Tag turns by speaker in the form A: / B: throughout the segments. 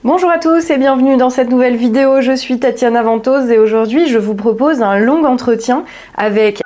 A: Bonjour à tous et bienvenue dans cette nouvelle vidéo, je suis Tatiana Ventose et aujourd'hui je vous propose un long entretien avec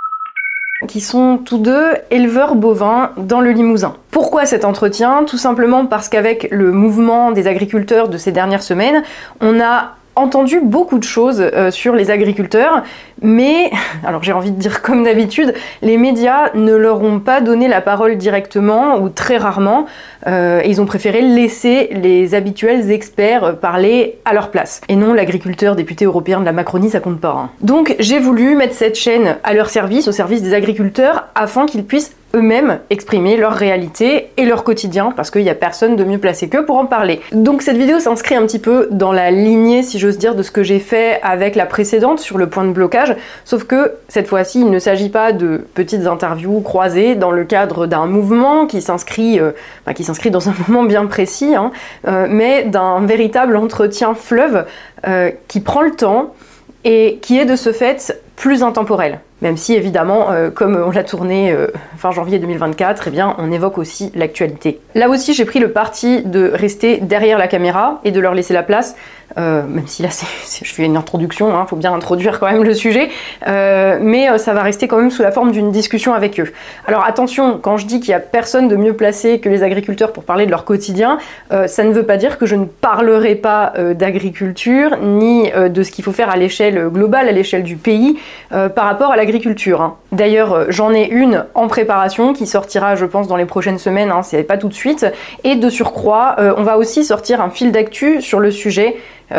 A: qui sont tous deux éleveurs bovins dans le Limousin. Pourquoi cet entretien? Tout simplement parce qu'avec le mouvement des agriculteurs de ces dernières semaines, on a entendu beaucoup de choses sur les agriculteurs, mais, alors j'ai envie de dire comme d'habitude, les médias ne leur ont pas donné la parole directement ou très rarement, et ils ont préféré laisser les habituels experts parler à leur place. Et non, l'agriculteur député européen de la Macronie, ça compte pas. Hein. Donc j'ai voulu mettre cette chaîne à leur service, au service des agriculteurs, afin qu'ils puissent eux-mêmes exprimer leur réalité et leur quotidien, parce qu'il n'y a personne de mieux placé qu'eux pour en parler. Donc cette vidéo s'inscrit un petit peu dans la lignée, si j'ose dire, de ce que j'ai fait avec la précédente sur le point de blocage, sauf que cette fois-ci, il ne s'agit pas de petites interviews croisées dans le cadre d'un mouvement qui s'inscrit dans un moment bien précis, hein, mais d'un véritable entretien fleuve qui prend le temps et qui est de ce fait plus intemporel. Même si évidemment, comme on l'a tourné fin janvier 2024, eh bien, on évoque aussi l'actualité. Là aussi, j'ai pris le parti de rester derrière la caméra et de leur laisser la place, même si là, je fais une introduction, hein, faut bien introduire quand même le sujet, mais ça va rester quand même sous la forme d'une discussion avec eux. Alors attention, quand je dis qu'il n'y a personne de mieux placé que les agriculteurs pour parler de leur quotidien, ça ne veut pas dire que je ne parlerai pas d'agriculture, ni de ce qu'il faut faire à l'échelle globale, à l'échelle du pays, par rapport à l'agriculture. Hein. D'ailleurs, j'en ai une en préparation qui sortira, je pense, dans les prochaines semaines, hein, c'est pas tout de suite. Et de surcroît, on va aussi sortir un fil d'actu sur le sujet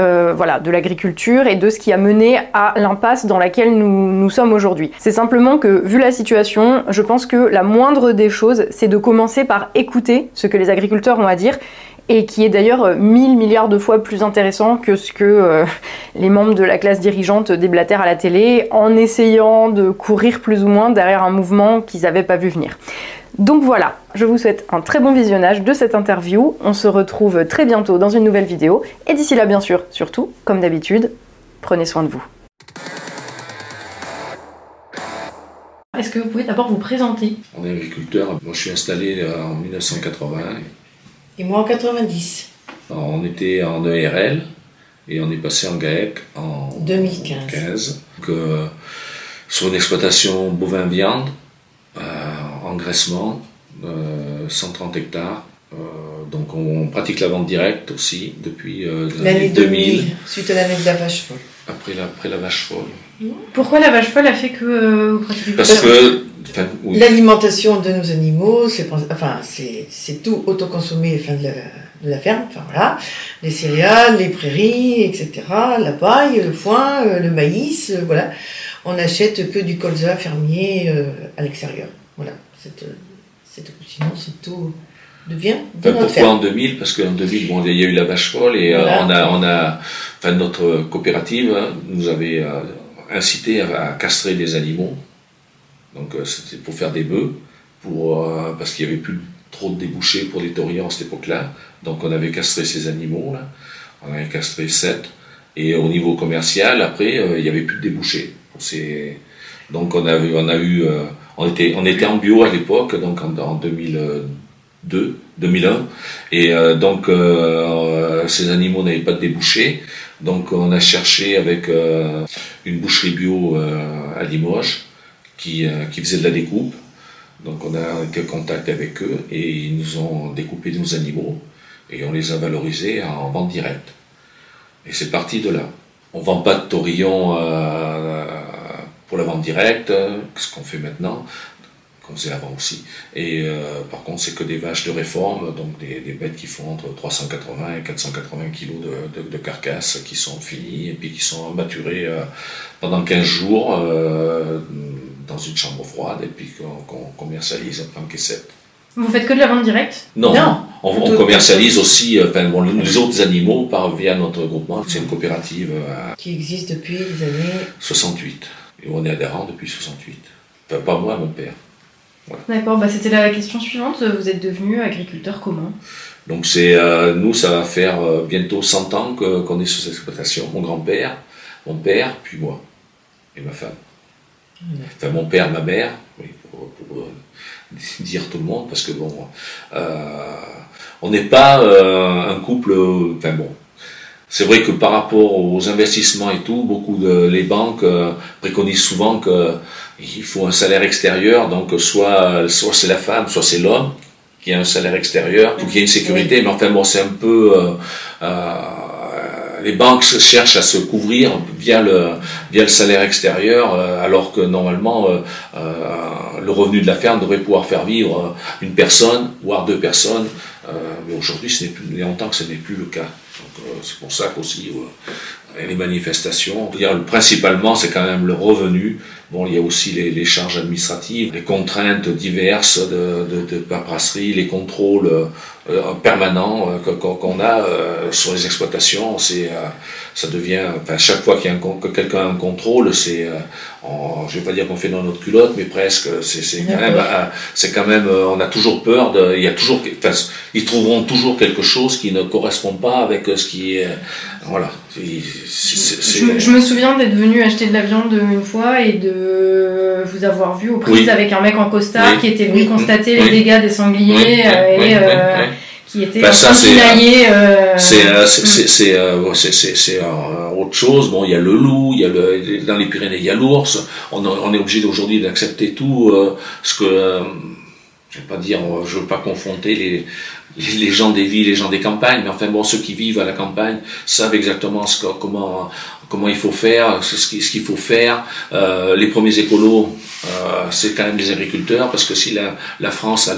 A: de l'agriculture et de ce qui a mené à l'impasse dans laquelle nous sommes aujourd'hui. C'est simplement que, vu la situation, je pense que la moindre des choses, c'est de commencer par écouter ce que les agriculteurs ont à dire, et qui est d'ailleurs 1000 milliards de fois plus intéressant que ce que les membres de la classe dirigeante déblatèrent à la télé, en essayant de courir plus ou moins derrière un mouvement qu'ils n'avaient pas vu venir. Donc voilà, je vous souhaite un très bon visionnage de cette interview, on se retrouve très bientôt dans une nouvelle vidéo, et d'ici là bien sûr, surtout, comme d'habitude, prenez soin de vous. Est-ce que vous pouvez d'abord vous présenter?
B: On est agriculteur, moi je suis installé en 1980.
C: Et moi en 90.
B: On était en ERL et on est passé en GAEC en 2015. Donc, sur une exploitation bovin-viande, engraissement, 130 hectares. Donc on pratique la vente directe aussi depuis
C: l'année 2000, suite à l'année de la vache folle.
B: Après la vache folle.
A: Pourquoi la vache folle a fait que vous pratiquez?
B: Parce que oui.
C: L'alimentation de nos animaux, c'est tout autoconsommé de la ferme, voilà, les céréales, les prairies, etc., la paille, le foin, le maïs, voilà. On n'achète que du colza fermier à l'extérieur, voilà. Sinon, c'est tout devient de notre ferme.
B: Pourquoi en 2000? Parce qu'en 2000, il y a eu la vache folle et voilà. Notre coopérative nous avait incité à castrer des animaux. Donc c'était pour faire des bœufs, parce qu'il n'y avait plus trop de débouchés pour les tauriens à cette époque-là. Donc on avait castré ces animaux-là, on avait castré 7. Et au niveau commercial, après, il n'y avait plus de débouchés. Donc on était en bio à l'époque, donc en 2001. Et donc ces animaux n'avaient pas de débouchés. Donc on a cherché avec une boucherie bio à Limoges, qui faisait de la découpe. Donc on a été en contact avec eux et ils nous ont découpé nos animaux et on les a valorisés en vente directe. Et c'est parti de là. On ne vend pas de taurillons pour la vente directe, ce qu'on fait maintenant, qu'on faisait avant aussi. Et par contre, c'est que des vaches de réforme, donc des bêtes qui font entre 380 et 480 kg de carcasses qui sont finies et puis qui sont maturées pendant 15 jours dans une chambre froide et puis qu'on commercialise après en caissette.
A: Vous faites que de la vente directe?
B: Non. On commercialise aussi les autres animaux via notre groupement. C'est une coopérative
C: qui existe depuis les années
B: 68. Et on est adhérent depuis 68. Enfin, pas moi, mon père. Voilà.
A: D'accord, c'était la question suivante. Vous êtes devenu agriculteur comment?
B: Donc nous, ça va faire bientôt 100 ans qu'on est sur cette exploitation. Mon grand-père, mon père, puis moi et ma femme. Enfin, mon père, ma mère, oui, pour dire tout le monde, parce que bon, On n'est pas un couple, enfin bon. C'est vrai que par rapport aux investissements et tout, les banques préconisent souvent qu'il faut un salaire extérieur, donc soit c'est la femme, soit c'est l'homme qui a un salaire extérieur, pour qu'il y ait une sécurité. Mais enfin bon, c'est un peu les banques cherchent à se couvrir via le salaire extérieur, alors que normalement le revenu de la ferme devrait pouvoir faire vivre une personne, voire deux personnes. Mais aujourd'hui, il y a longtemps que ce n'est plus le cas. C'est pour ça qu'aussi les manifestations, principalement c'est quand même le revenu. Bon, il y a aussi les charges administratives, les contraintes diverses de paperasserie, les contrôles permanents qu'on a sur les exploitations. Ça devient, enfin, chaque fois que quelqu'un a un contrôle, je vais pas dire qu'on fait dans notre culotte, mais presque. C'est quand même, on a toujours peur ils trouveront toujours quelque chose qui ne correspond pas avec ce qui est, voilà.
A: Je me souviens d'être venu acheter de la viande une fois et de vous avoir vu aux prises avec un mec en costard qui était venu constater les dégâts des sangliers qui était pinaillé.
B: C'est autre chose. Bon, il y a le loup, dans les Pyrénées, il y a l'ours. On est obligé aujourd'hui d'accepter tout ce que je vais pas dire, je veux pas confronter les gens des villes, les gens des campagnes, mais enfin bon, ceux qui vivent à la campagne savent exactement comment il faut faire, ce qu'il faut faire. Les premiers écolos, c'est quand même les agriculteurs, parce que si la France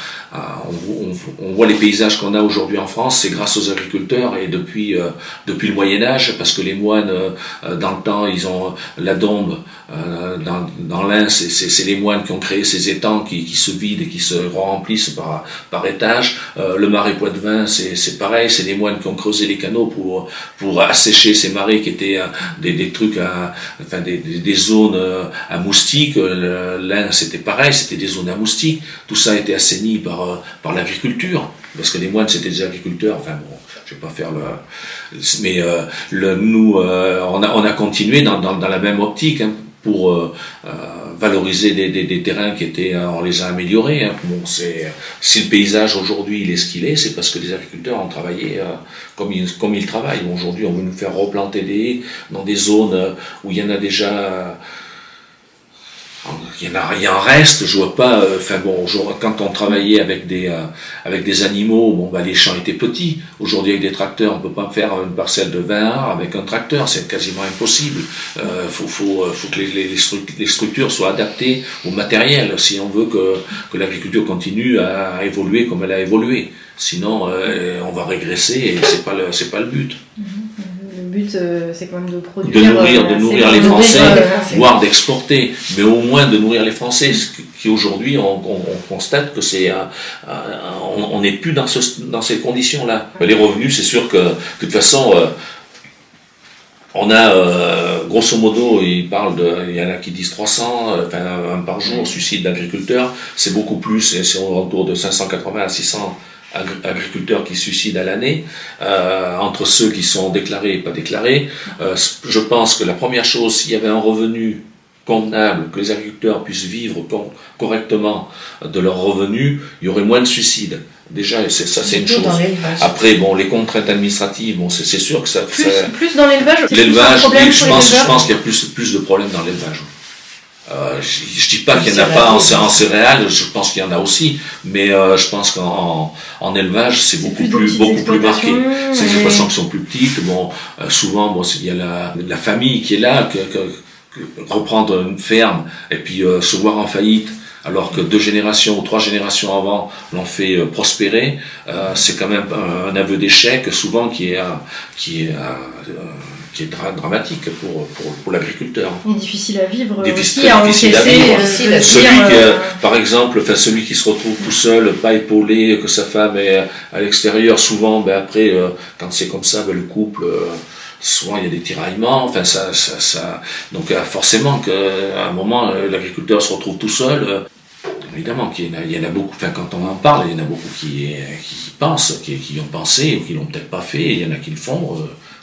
B: on voit les paysages qu'on a aujourd'hui en France, c'est grâce aux agriculteurs et depuis le Moyen-Âge, parce que les moines, dans le temps, ils ont la Dombe, dans l'Ain, c'est les moines qui ont créé ces étangs qui se vident et qui se remplissent par étage. Le marais Poitevin, c'est pareil, c'est les moines qui ont creusé les canaux pour assécher ces marais qui étaient des trucs, des zones à moustiques. L'Ain, c'était pareil, c'était des zones à moustiques. Tout ça a été assaini par l'agriculture, parce que les moines c'était des agriculteurs. Enfin bon, je vais pas faire mais nous on a continué dans la même optique pour valoriser des terrains qui étaient, on les a améliorés. Bon, si le paysage aujourd'hui il est ce qu'il est, c'est parce que les agriculteurs ont travaillé comme ils travaillent. Aujourd'hui, on veut nous faire replanter des haies dans des zones où il y en a déjà. Il y en a rien reste, je vois pas, quand on travaillait avec des animaux, les champs étaient petits. Aujourd'hui, avec des tracteurs, on peut pas faire une parcelle de 20 arts avec un tracteur, c'est quasiment impossible. Faut que les structures soient adaptées au matériel, si on veut que l'agriculture continue à évoluer comme elle a évolué. Sinon, on va régresser et c'est pas le but.
A: Le but, c'est quand même de produire.
B: De nourrir les Français, voire d'exporter, mais au moins de nourrir les Français. Qui aujourd'hui, on constate que on n'est plus dans ces conditions-là. Les revenus, c'est sûr que de toute façon, on a, grosso modo, il y en a qui disent 300, un par jour, suicide d'agriculteurs. C'est beaucoup plus, c'est autour de 580 à 600 agriculteurs qui se suicident à l'année, entre ceux qui sont déclarés et pas déclarés. Je pense que la première chose, s'il y avait un revenu convenable, que les agriculteurs puissent vivre correctement de leurs revenus, il y aurait moins de suicides. Déjà, c'est une chose. Après, les contraintes administratives, c'est sûr que ça...
A: Plus dans l'élevage.
B: L'élevage, oui, je pense qu'il y a plus de problèmes dans l'élevage. Je dis pas qu'il n'y en a pas en céréales, je pense qu'il y en a aussi, mais je pense qu'en élevage c'est beaucoup plus marqué. C'est des exploitations qui sont plus petites. Souvent il y a la famille qui est là, reprendre une ferme et puis se voir en faillite, alors que 2 générations ou 3 générations avant l'ont fait prospérer. C'est quand même un aveu d'échec souvent qui est dramatique pour l'agriculteur.
A: Et difficile à vivre.
B: Difficile à vivre. Par exemple, celui qui se retrouve tout seul, pas épaulé, que sa femme est à l'extérieur, souvent, après, quand c'est comme ça, le couple, souvent il y a des tiraillements. Donc forcément qu'à un moment, l'agriculteur se retrouve tout seul. Évidemment qu'il y en a beaucoup, quand on en parle, il y en a beaucoup qui pensent, qui y ont pensé, ou qui l'ont peut-être pas fait, il y en a qui le font, voilà.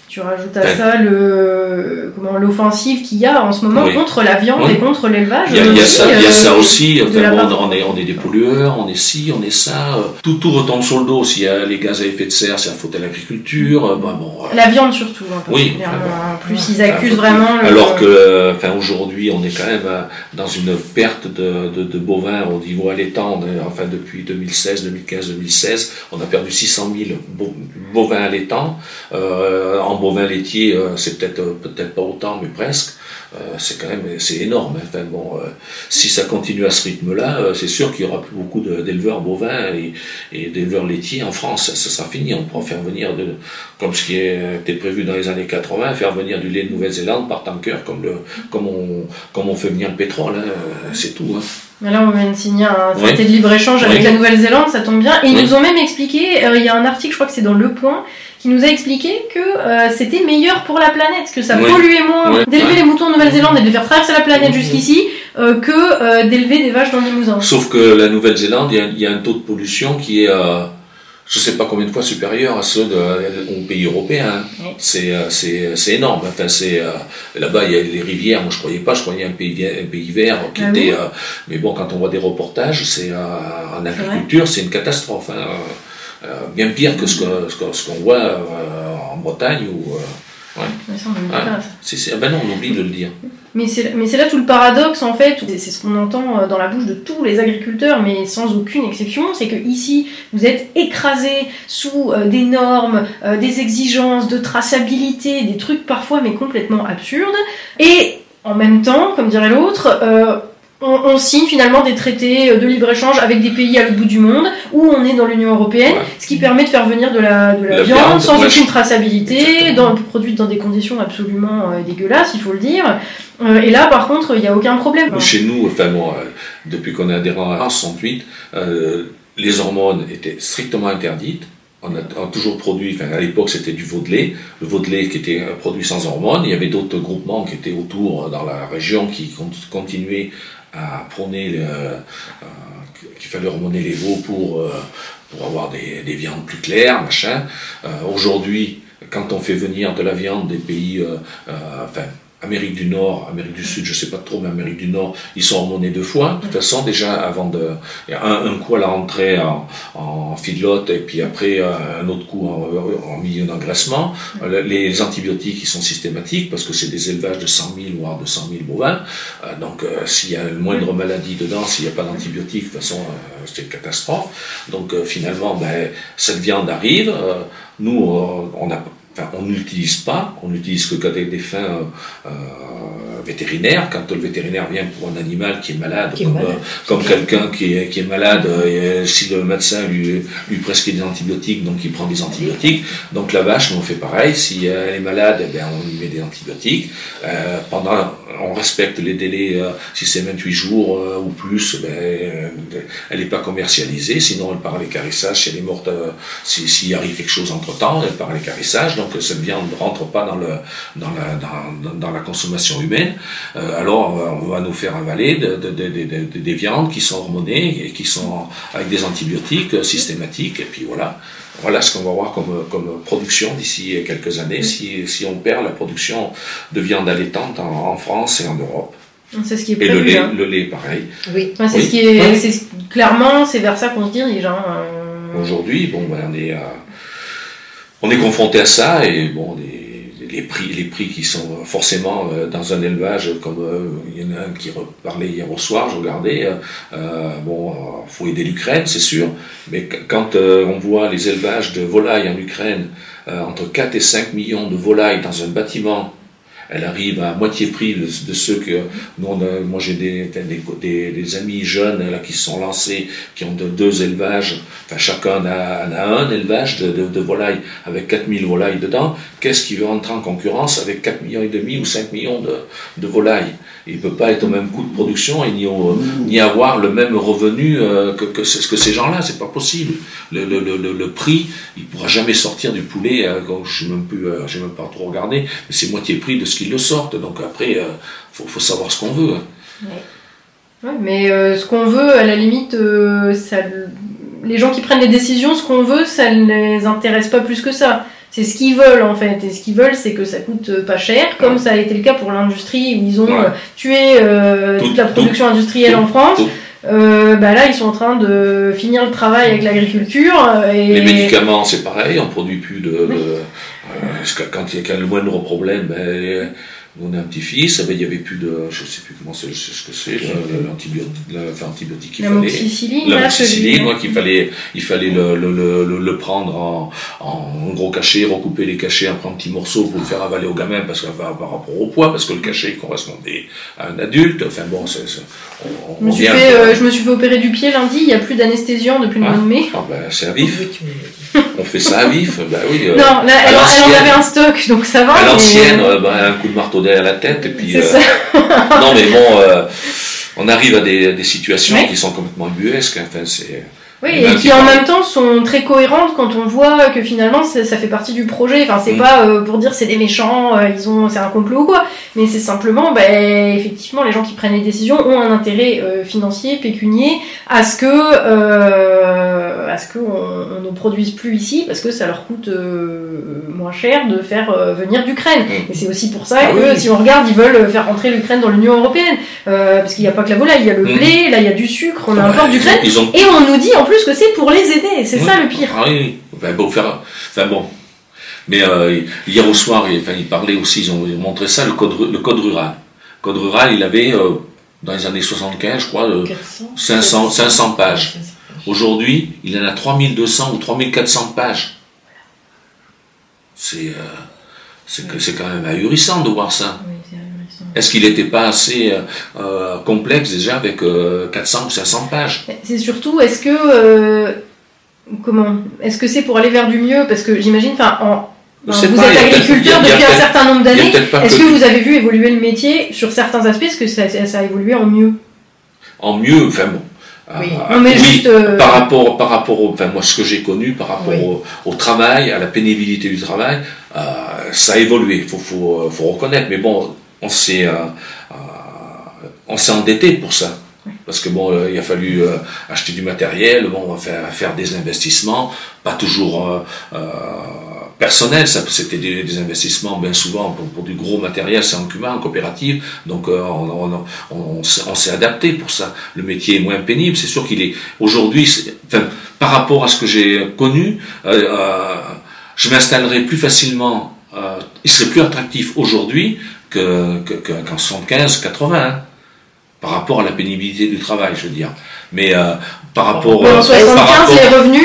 A: Tu rajoutes à ça l'offensive qu'il y a en ce moment contre la viande et contre l'élevage.
B: Il y a ça aussi. On est des pollueurs, on est ci, on est ça. Tout retombe sur le dos. S'il y a les gaz à effet de serre, c'est la faute à l'agriculture.
A: La viande surtout. En plus, ils accusent vraiment.
B: Alors que, aujourd'hui, on est quand même dans une perte de bovins au niveau allaitant. Depuis 2016, 2015, 2016, on a perdu 600 000 bovins allaitants. En bovin laitier, c'est peut-être pas autant, mais presque. C'est énorme. Si ça continue à ce rythme-là, c'est sûr qu'il y aura plus beaucoup d'éleveurs bovins et d'éleveurs laitiers en France. Ça sera fini. On pourra faire venir, comme ce qui était prévu dans les années 80, faire venir du lait de Nouvelle-Zélande par tanker, comme on fait venir le pétrole. C'est tout.
A: Mais là, on vient de signer un traité de libre-échange avec la Nouvelle-Zélande, ça tombe bien. Et ils nous ont même expliqué, il y a un article, je crois que c'est dans Le Point, qui nous a expliqué que c'était meilleur pour la planète, que ça polluait moins d'élever les moutons en Nouvelle-Zélande et de les faire traverser la planète jusqu'ici que d'élever des vaches dans le Limousin.
B: Sauf que la Nouvelle-Zélande, il y a un taux de pollution qui est, je sais pas combien de fois supérieur à ceux aux pays européens. Oui. C'est énorme. Là-bas, il y a les rivières. Moi, je croyais un pays vert qui était. Mais bon, quand on voit des reportages, en agriculture, c'est une catastrophe. Bien pire que ce qu'on voit en Bretagne ou. Non, on oublie de le dire.
A: Mais c'est là tout le paradoxe en fait, c'est ce qu'on entend dans la bouche de tous les agriculteurs, mais sans aucune exception, c'est que ici vous êtes écrasés sous des normes, des exigences de traçabilité, des trucs parfois mais complètement absurdes, et en même temps, comme dirait l'autre, on signe finalement des traités de libre-échange avec des pays à l'autre bout du monde où on est dans l'Union européenne, ce qui permet de faire venir de la viande sans aucune traçabilité, produite dans des conditions absolument dégueulasses, il faut le dire. Et là, par contre, il n'y a aucun problème.
B: Chez nous, depuis qu'on est adhérent à 68, les hormones étaient strictement interdites. On a toujours produit, à l'époque c'était du veau de lait, le veau de lait qui était produit sans hormones. Il y avait d'autres groupements qui étaient autour dans la région qui continuaient à prôner qu'il fallait hormoner les veaux pour avoir des viandes plus claires, machin. Aujourd'hui, quand on fait venir de la viande des pays, Amérique du Nord, Amérique du Sud, je sais pas trop, mais Amérique du Nord, ils sont hormonés 2 fois. De toute façon, déjà, un coup à la rentrée en feedlot, et puis après, un autre coup en milieu d'engraissement. Les antibiotiques, ils sont systématiques, parce que c'est des élevages de 100 000, voire 200 000 bovins. Donc, s'il y a le moindre maladie dedans, s'il n'y a pas d'antibiotiques, de toute façon, c'est une catastrophe. Donc, finalement, cette viande arrive. Nous, on n'utilise pas, on n'utilise que qu'à des fins vétérinaires. Quand le vétérinaire vient pour un animal qui est malade, comme quelqu'un qui est malade, si le médecin lui prescrit des antibiotiques, donc il prend des antibiotiques. Donc la vache, nous on fait pareil. Si elle est malade, on lui met des antibiotiques. On respecte les délais. Si c'est 28 jours ou plus, elle n'est pas commercialisée. Sinon, elle part à l'équarrissage. Si elle est morte, s'il arrive quelque chose entre temps, elle part à l'équarrissage. Donc cette viande ne rentre pas dans la consommation humaine. Alors on va nous faire avaler des viandes qui sont hormonées et qui sont avec des antibiotiques systématiques. Et puis voilà ce qu'on va voir comme production d'ici quelques années si on perd la production de viande allaitante en France et en Europe.
A: C'est ce qui est prévu.
B: Et le lait pareil.
A: Oui. Clairement, c'est vers ça qu'on se dirige.
B: Aujourd'hui, on est confronté à ça et les prix qui sont forcément dans un élevage comme il y en a un qui parlait hier au soir, je regardais, faut aider l'Ukraine, c'est sûr, mais quand on voit les élevages de volailles en Ukraine, entre 4 et 5 millions de volailles dans un bâtiment, elle arrive à moitié prix de ceux que moi j'ai des amis jeunes là qui se sont lancés, qui ont 2 élevages, chacun a un élevage de volailles avec 4000 volailles dedans. Qu'est-ce qui veut entrer en concurrence avec 4,5 millions ou 5 millions de volailles? Il ne peut pas être au même coût de production et ni avoir le même revenu que ces gens-là, c'est pas possible. Le prix, il ne pourra jamais sortir du poulet, je n'ai même pas trop regardé, mais c'est moitié prix de ce qu'ils le sortent. Donc après, faut savoir ce qu'on veut.
A: Ouais, mais ce qu'on veut, à la limite, les gens qui prennent les décisions, ce qu'on veut, ça ne les intéresse pas plus que ça. c'est ce qu'ils veulent en fait. Et ce qu'ils veulent, c'est que ça coûte pas cher, comme ça a été le cas pour l'industrie où ils ont tué toute la production industrielle en France. Là, ils sont en train de finir le travail avec l'agriculture. Et...
B: Les médicaments, c'est pareil, on produit plus quand il y a le moindre problème, on a un petit-fils, il n'y avait plus de, je ne sais plus comment c'est, ce que c'est, l'antibiotique qu'il fallait. L'amoxicilline, il fallait le prendre en gros cachet, recouper les cachets en petits morceaux pour le faire avaler au gamin parce que par rapport au poids, parce que le cachet correspondait à un adulte. Enfin bon,
A: je me suis fait opérer du pied lundi, il n'y a plus d'anesthésiant depuis le mois de mai.
B: C'est à vif. On fait ça à vif, oui.
A: Non, là, elle en avait un stock, donc ça va.
B: À l'ancienne, un coup de marteau derrière la tête, et puis...
A: ça.
B: Non, mais bon, on arrive à des situations qui sont complètement ubuesques. Enfin, c'est...
A: Oui, et qui en même temps sont très cohérentes quand on voit que finalement ça fait partie du projet. Enfin, c'est pas pour dire c'est des méchants, c'est un complot ou quoi, mais c'est simplement, effectivement, les gens qui prennent les décisions ont un intérêt financier, pécunier, à ce que on ne produise plus ici parce que ça leur coûte moins cher de faire venir d'Ukraine. Et c'est aussi pour ça que si on regarde, ils veulent faire rentrer l'Ukraine dans l'Union européenne, parce qu'il n'y a pas que la volaille, il y a le blé, là il y a du sucre, on importe d'Ukraine, et on nous dit en plus que c'est pour les aider, c'est ça le pire.
B: Mais hier au soir, il parlait aussi, ils ont montré ça, le code rural. Le code rural, il avait, dans les années 75, je crois, 500 pages. Aujourd'hui, il en a 3200 ou 3400 pages. C'est quand même ahurissant de voir ça. Oui, c'est ahurissant. Est-ce qu'il n'était pas assez complexe déjà avec 400 ou 500 pages?
A: C'est surtout, est-ce que c'est pour aller vers du mieux? Parce que j'imagine, vous êtes agriculteur depuis un certain nombre d'années. Est-ce que vous avez vu évoluer le métier sur certains aspects? Est-ce que ça a évolué en mieux?
B: En mieux, enfin bon.
A: Oui. Juste,
B: par rapport moi ce que j'ai connu par rapport au travail, à la pénibilité du travail, ça a évolué. Faut reconnaître. Mais bon, on s'est endetté pour ça. Parce que il a fallu acheter du matériel, faire des investissements, pas toujours personnels, c'était des investissements bien souvent pour du gros matériel, c'est en cumin, en coopérative, donc on s'est adapté pour ça. Le métier est moins pénible, c'est sûr qu'il est aujourd'hui, par rapport à ce que j'ai connu, je m'installerai plus facilement, il serait plus attractif aujourd'hui qu'en 75, 80. Par rapport à la pénibilité du travail, je veux dire. Mais par rapport...
A: En 75, les revenus...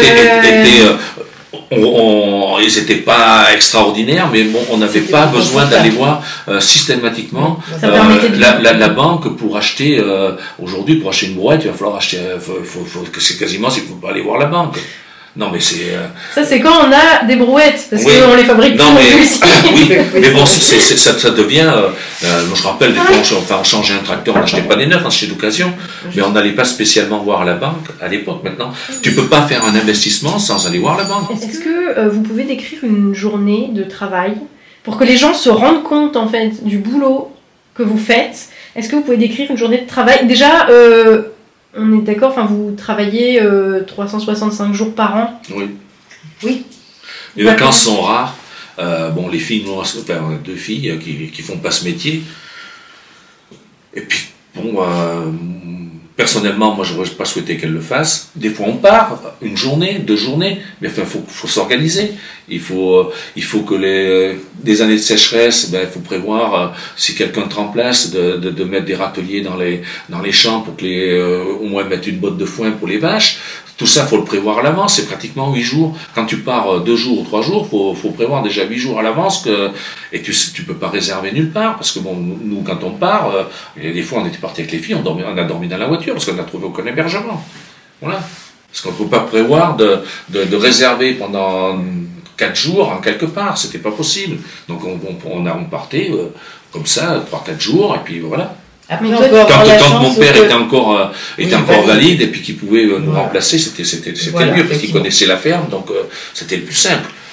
B: ils n'étaient pas extraordinaires, mais bon, on n'avait pas besoin d'aller voir systématiquement la banque pour acheter... aujourd'hui, pour acheter une brouette, il va falloir acheter... c'est quasiment s'il ne faut pas aller voir la banque. Non, mais c'est...
A: Ça, c'est quand on a des brouettes, parce qu'on les fabrique plus ici.
B: Oui, mais bon, ça devient... moi, je rappelle, des fois, on changeait un tracteur, on n'achetait pas des neufs, on achetait d'occasion, mais on n'allait pas spécialement voir la banque à l'époque. Maintenant, tu ne peux pas faire un investissement sans aller voir la banque.
A: Est-ce que vous pouvez décrire une journée de travail pour que les gens se rendent compte, en fait, du boulot que vous faites? Est-ce que vous pouvez décrire une journée de travail? Déjà... on est d'accord, vous travaillez 365 jours par an?
B: Oui. Les vacances sont rares. Les filles, on a 2 filles qui font pas ce métier. Et puis, personnellement, moi, je n'aurais pas souhaité qu'elles le fassent. Des fois, on part, 1 journée, 2 journées, mais faut s'organiser. Il faut que des années de sécheresse, il faut prévoir, si quelqu'un te remplace, de mettre des râteliers dans les champs pour que au moins mettre une botte de foin pour les vaches. Tout ça, faut le prévoir à l'avance. C'est pratiquement 8 jours. Quand tu pars 2 jours ou 3 jours, faut prévoir déjà 8 jours à l'avance et tu peux pas réserver nulle part parce que nous, quand on part, des fois, on était partis avec les filles, on a dormi dans la voiture parce qu'on n'a trouvé aucun hébergement. Voilà. Parce qu'on ne peut pas prévoir de réserver pendant 4 jours en quelque part. C'était pas possible. Donc, on partait comme ça, 3-4 jours et puis voilà.
C: Après,
B: quand mon père était encore valide et puis qu'il pouvait nous remplacer, c'était le mieux parce qu'il connaissait la ferme, donc c'était le plus simple.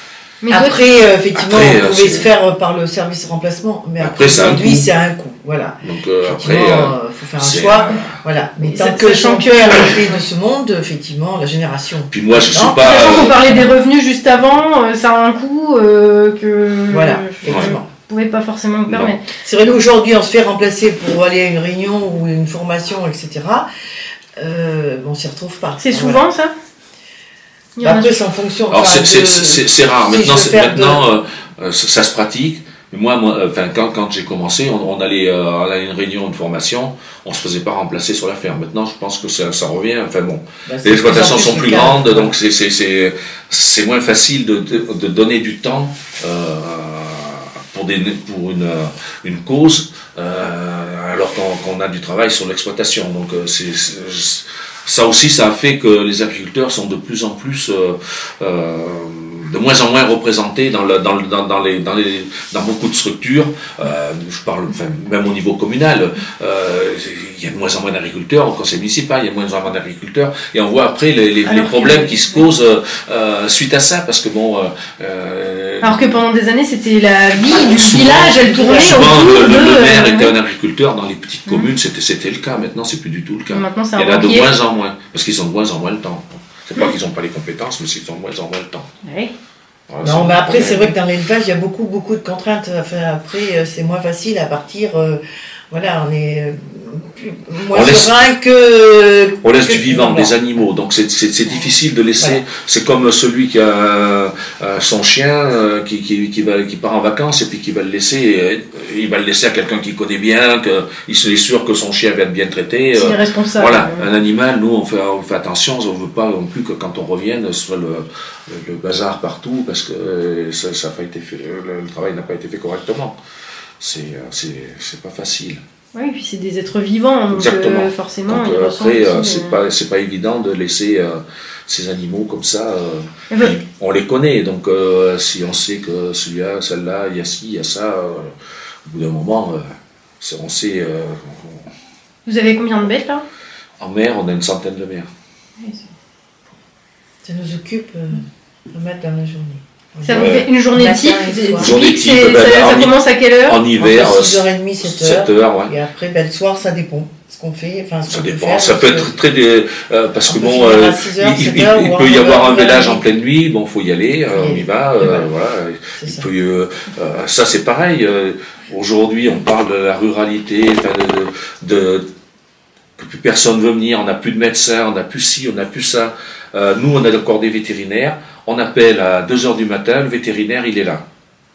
A: Mais
C: après, effectivement, on pouvait se faire par le service remplacement, mais après aujourd'hui, c'est un coût. Voilà.
B: Donc après,
C: faut faire un choix. Voilà. Mais tant que son cœur est fait de ce monde, effectivement, la génération.
B: Puis moi, je suis pas.
A: Sachant qu'on parlait des revenus juste avant, ça a un coût que.
C: Voilà, effectivement.
A: Vous pouvez pas forcément vous permettre.
C: C'est vrai qu'aujourd'hui, on se fait remplacer pour aller à une réunion ou une formation, etc. On s'y retrouve pas.
A: C'est souvent ça.
C: Après, c'est en fonction.
B: Alors c'est rare. Maintenant, ça se pratique. Mais moi, quand j'ai commencé, on allait à une réunion, une formation, on se faisait pas remplacer sur la ferme. Maintenant, je pense que ça revient. Enfin bon, les exploitations sont plus grandes, donc c'est moins facile de donner du temps pour une cause, alors qu'on a du travail sur l'exploitation. Donc ça aussi, ça a fait que les agriculteurs sont de plus en plus, de moins en moins représentés dans beaucoup de structures. Je parle, même au niveau communal, il y a de moins en moins d'agriculteurs. Au conseil municipal, il y a de moins en moins d'agriculteurs. Et on voit après les problèmes qui se posent suite à ça, parce que bon.
A: Alors que pendant des années, c'était la vie du village, elle tournait
B: souvent,
A: autour
B: le maire était un agriculteur dans les petites communes, c'était le cas. Maintenant, c'est plus du tout le cas.
A: Maintenant,
B: il y en a de moins en moins, parce qu'ils ont de moins en moins le temps. C'est pas qu'ils n'ont pas les compétences, mais c'est qu'ils ont de moins en moins le temps.
A: Oui.
C: Voilà, non, mais après, c'est vrai que dans l'élevage, il y a beaucoup de contraintes. Enfin, après, c'est moins facile à partir. Voilà, on est moins serein que.
B: On laisse du vivant, des animaux, donc c'est difficile de laisser. Voilà. C'est comme celui qui a son chien qui part en vacances et puis qui va le laisser. Il va le laisser à quelqu'un qu'il connaît bien, qu'il est sûr que son chien va être bien traité.
A: C'est responsable.
B: Voilà, un animal, nous on fait attention, on ne veut pas non plus que quand on revienne, ce soit le bazar partout, parce que ça a pas été fait, le travail n'a pas été fait correctement. C'est pas facile.
A: Oui, puis c'est des êtres vivants, donc forcément.
B: Donc, après, c'est pas évident de laisser ces animaux comme ça. On les connaît, donc si on sait que celui-là, celle-là, il y a ci, il y a ça, au bout d'un moment, on sait.
A: Vous avez combien de bêtes là?
B: En mer, on a une centaine de mères.
A: Oui,
C: ça nous occupe un mètre dans la journée.
A: Ça vous fait une journée type, ça commence à quelle heure?
B: En hiver,
C: 6h30, 7h.
B: Ouais.
C: Et après, le soir, ça dépend ce qu'on fait. Enfin,
B: ça dépend, ça peut être très. Parce que bon, il peut y avoir un village en pleine nuit, bon, faut y aller, on y va, voilà. Ça, c'est pareil. Aujourd'hui, on parle de la ruralité, que plus personne veut venir, on n'a plus de médecins, on n'a plus ci, on n'a plus ça. Nous, on a encore des vétérinaires. On appelle à 2h du matin, le vétérinaire, il est là.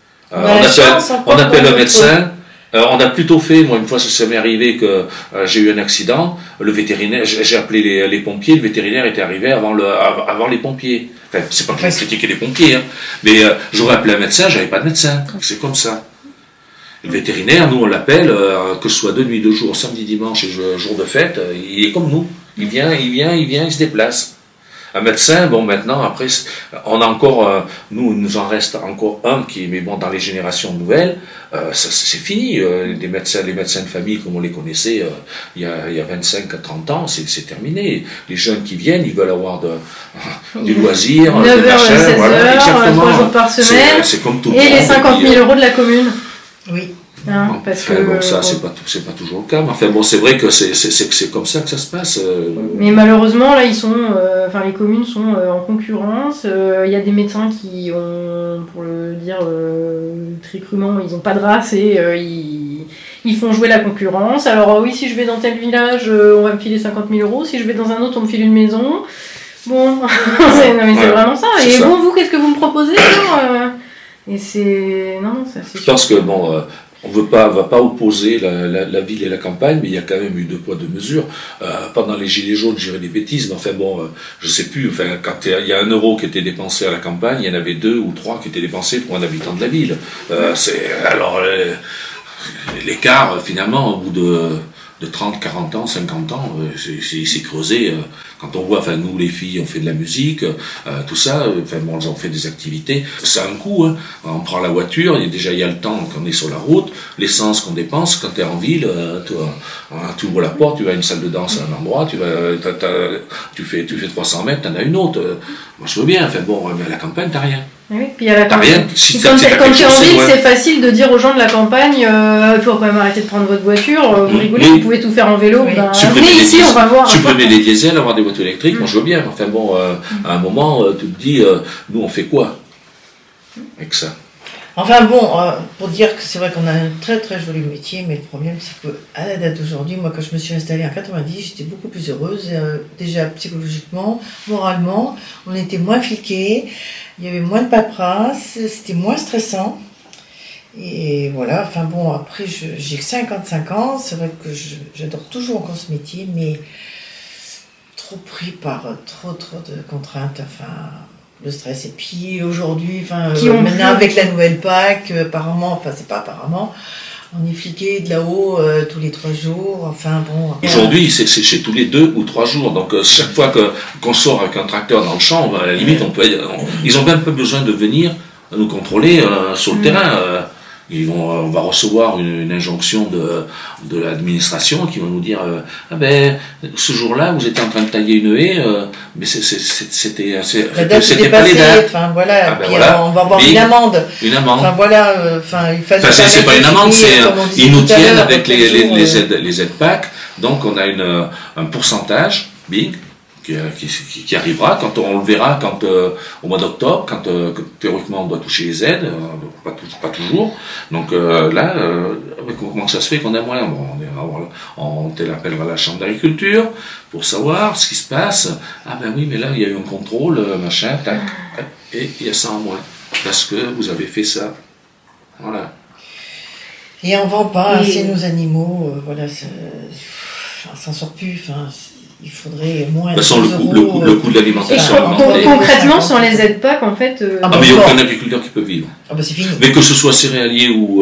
B: On appelle le médecin. On a plutôt fait, moi, une fois, ça m'est arrivé que j'ai eu un accident. Le vétérinaire, j'ai appelé les pompiers. Le vétérinaire était arrivé avant les pompiers. Enfin, c'est pas que je critiquais les pompiers, hein, mais j'aurais appelé un médecin, j'avais pas de médecin. C'est comme ça. Le vétérinaire, nous, on l'appelle, que ce soit de nuit, de jour, samedi, dimanche et jour de fête, il est comme nous. Il vient, il se déplace. Un médecin, bon, maintenant, après, on a encore, nous, il nous en reste encore un mais bon, dans les générations nouvelles, c'est fini. Les médecins de famille, comme on les connaissait il y a 25 à 30 ans, c'est terminé. Les jeunes qui viennent, ils veulent avoir du loisir,
A: 9h, 16h, voilà, 3 jours par semaine,
B: c'est comme tout
A: et les 50 000 € de la commune.
C: Oui.
A: Hein, parce que,
B: bon, ça, c'est pas toujours le cas. Mais enfin, bon, c'est vrai que c'est comme ça que ça se passe.
A: Mais malheureusement, là, les communes sont en concurrence. Il y a des médecins qui ont, pour le dire très crûment, ils n'ont pas de race et ils font jouer la concurrence. Alors oui, si je vais dans tel village, on va me filer 50 000 €. Si je vais dans un autre, on me file une maison. Bon, c'est vraiment ça. Et ça. Bon, vous, qu'est-ce que vous me proposez Et c'est... Non, ça c'est...
B: Je pense que, bon... on va pas opposer la ville et la campagne, mais il y a quand même eu 2 poids 2 mesures. Pendant les Gilets jaunes, je dirais des bêtises, mais enfin bon, je sais plus, enfin, quand il y a 1 € qui était dépensé à la campagne, il y en avait 2 ou 3 qui étaient dépensés pour un habitant de la ville. Alors, l'écart, finalement, au bout de 30, 40 ans, 50 ans, c'est creusé. Quand on voit, enfin, nous, les filles, on fait de la musique, tout ça, enfin, bon, on fait des activités. Ça a un coût, hein. On prend la voiture, il y a le temps qu'on est sur la route, l'essence qu'on dépense. Quand tu es en ville, tu ouvres la porte, tu vas à une salle de danse à un endroit, tu fais 300 mètres, tu en as une autre. Moi, je veux bien, enfin, bon, mais à la campagne, t'as rien.
A: Oui, puis il y a la
B: T'as
A: campagne.
B: rien. Si
A: Puis
B: t'as-
A: quand
B: si t'as
A: t'es
B: quelque
A: en
B: chose, c'est
A: ville,
B: loin.
A: c'est facile de dire aux gens de la campagne, il faut quand même arrêter de prendre votre voiture, vous rigolez,
B: Oui.
A: vous pouvez tout faire en vélo,
C: Oui.
A: venez ici, on va voir.
B: Supprimer les diesels, avoir des voitures électriques, moi je veux bien. Enfin bon, à un moment, tu te dis, nous on fait quoi avec ça?
C: Enfin bon, pour dire que c'est vrai qu'on a un très très joli métier, mais le problème c'est qu'à la date d'aujourd'hui, moi quand je me suis installée en 90, j'étais beaucoup plus heureuse, déjà psychologiquement, moralement, on était moins fliqués, il y avait moins de paperasse, c'était moins stressant. Et voilà, enfin bon, après j'ai 55 ans, c'est vrai que j'adore toujours encore ce métier, mais trop pris par trop de contraintes, enfin le stress. Et puis aujourd'hui, enfin maintenant avec la nouvelle PAC, apparemment, enfin c'est pas apparemment, on est fliqué de là-haut tous les 3 jours, enfin bon.
B: Aujourd'hui, c'est tous les 2 ou 3 jours, donc chaque fois qu'on sort avec un tracteur dans le champ, à la limite, ils ont même pas besoin de venir nous contrôler sur le terrain. On va recevoir une injonction de l'administration qui va nous dire ah ben ce jour-là vous étiez en train de tailler une haie, mais c'était pas les dates.
C: Enfin voilà,
B: ben
C: puis
B: voilà.
C: on va avoir une amende.
B: Une amende.
C: Enfin voilà, il fallait.
B: Enfin, c'est pas une amende, ils nous tiennent avec les aides PAC, donc on a un pourcentage, big, qui arrivera quand on le verra au mois d'octobre, quand théoriquement on doit toucher les aides, pas toujours. Donc là, comment ça se fait qu'on a moins? Bon, on appellera la chambre d'agriculture pour savoir ce qui se passe. Ah ben oui, mais là il y a eu un contrôle, machin, tac, et il y a ça en moins parce que vous avez fait ça. Voilà.
C: Et on vend pas assez nos animaux, voilà, ça s'en sort plus, enfin. Il faudrait moins
B: de toute façon, le coût de l'alimentation.
A: Concrètement, sans les aides PAC, en fait.
B: mais il n'y a aucun agriculteur qui peut vivre.
C: Ah bah c'est fini.
B: Mais que ce soit céréalier ou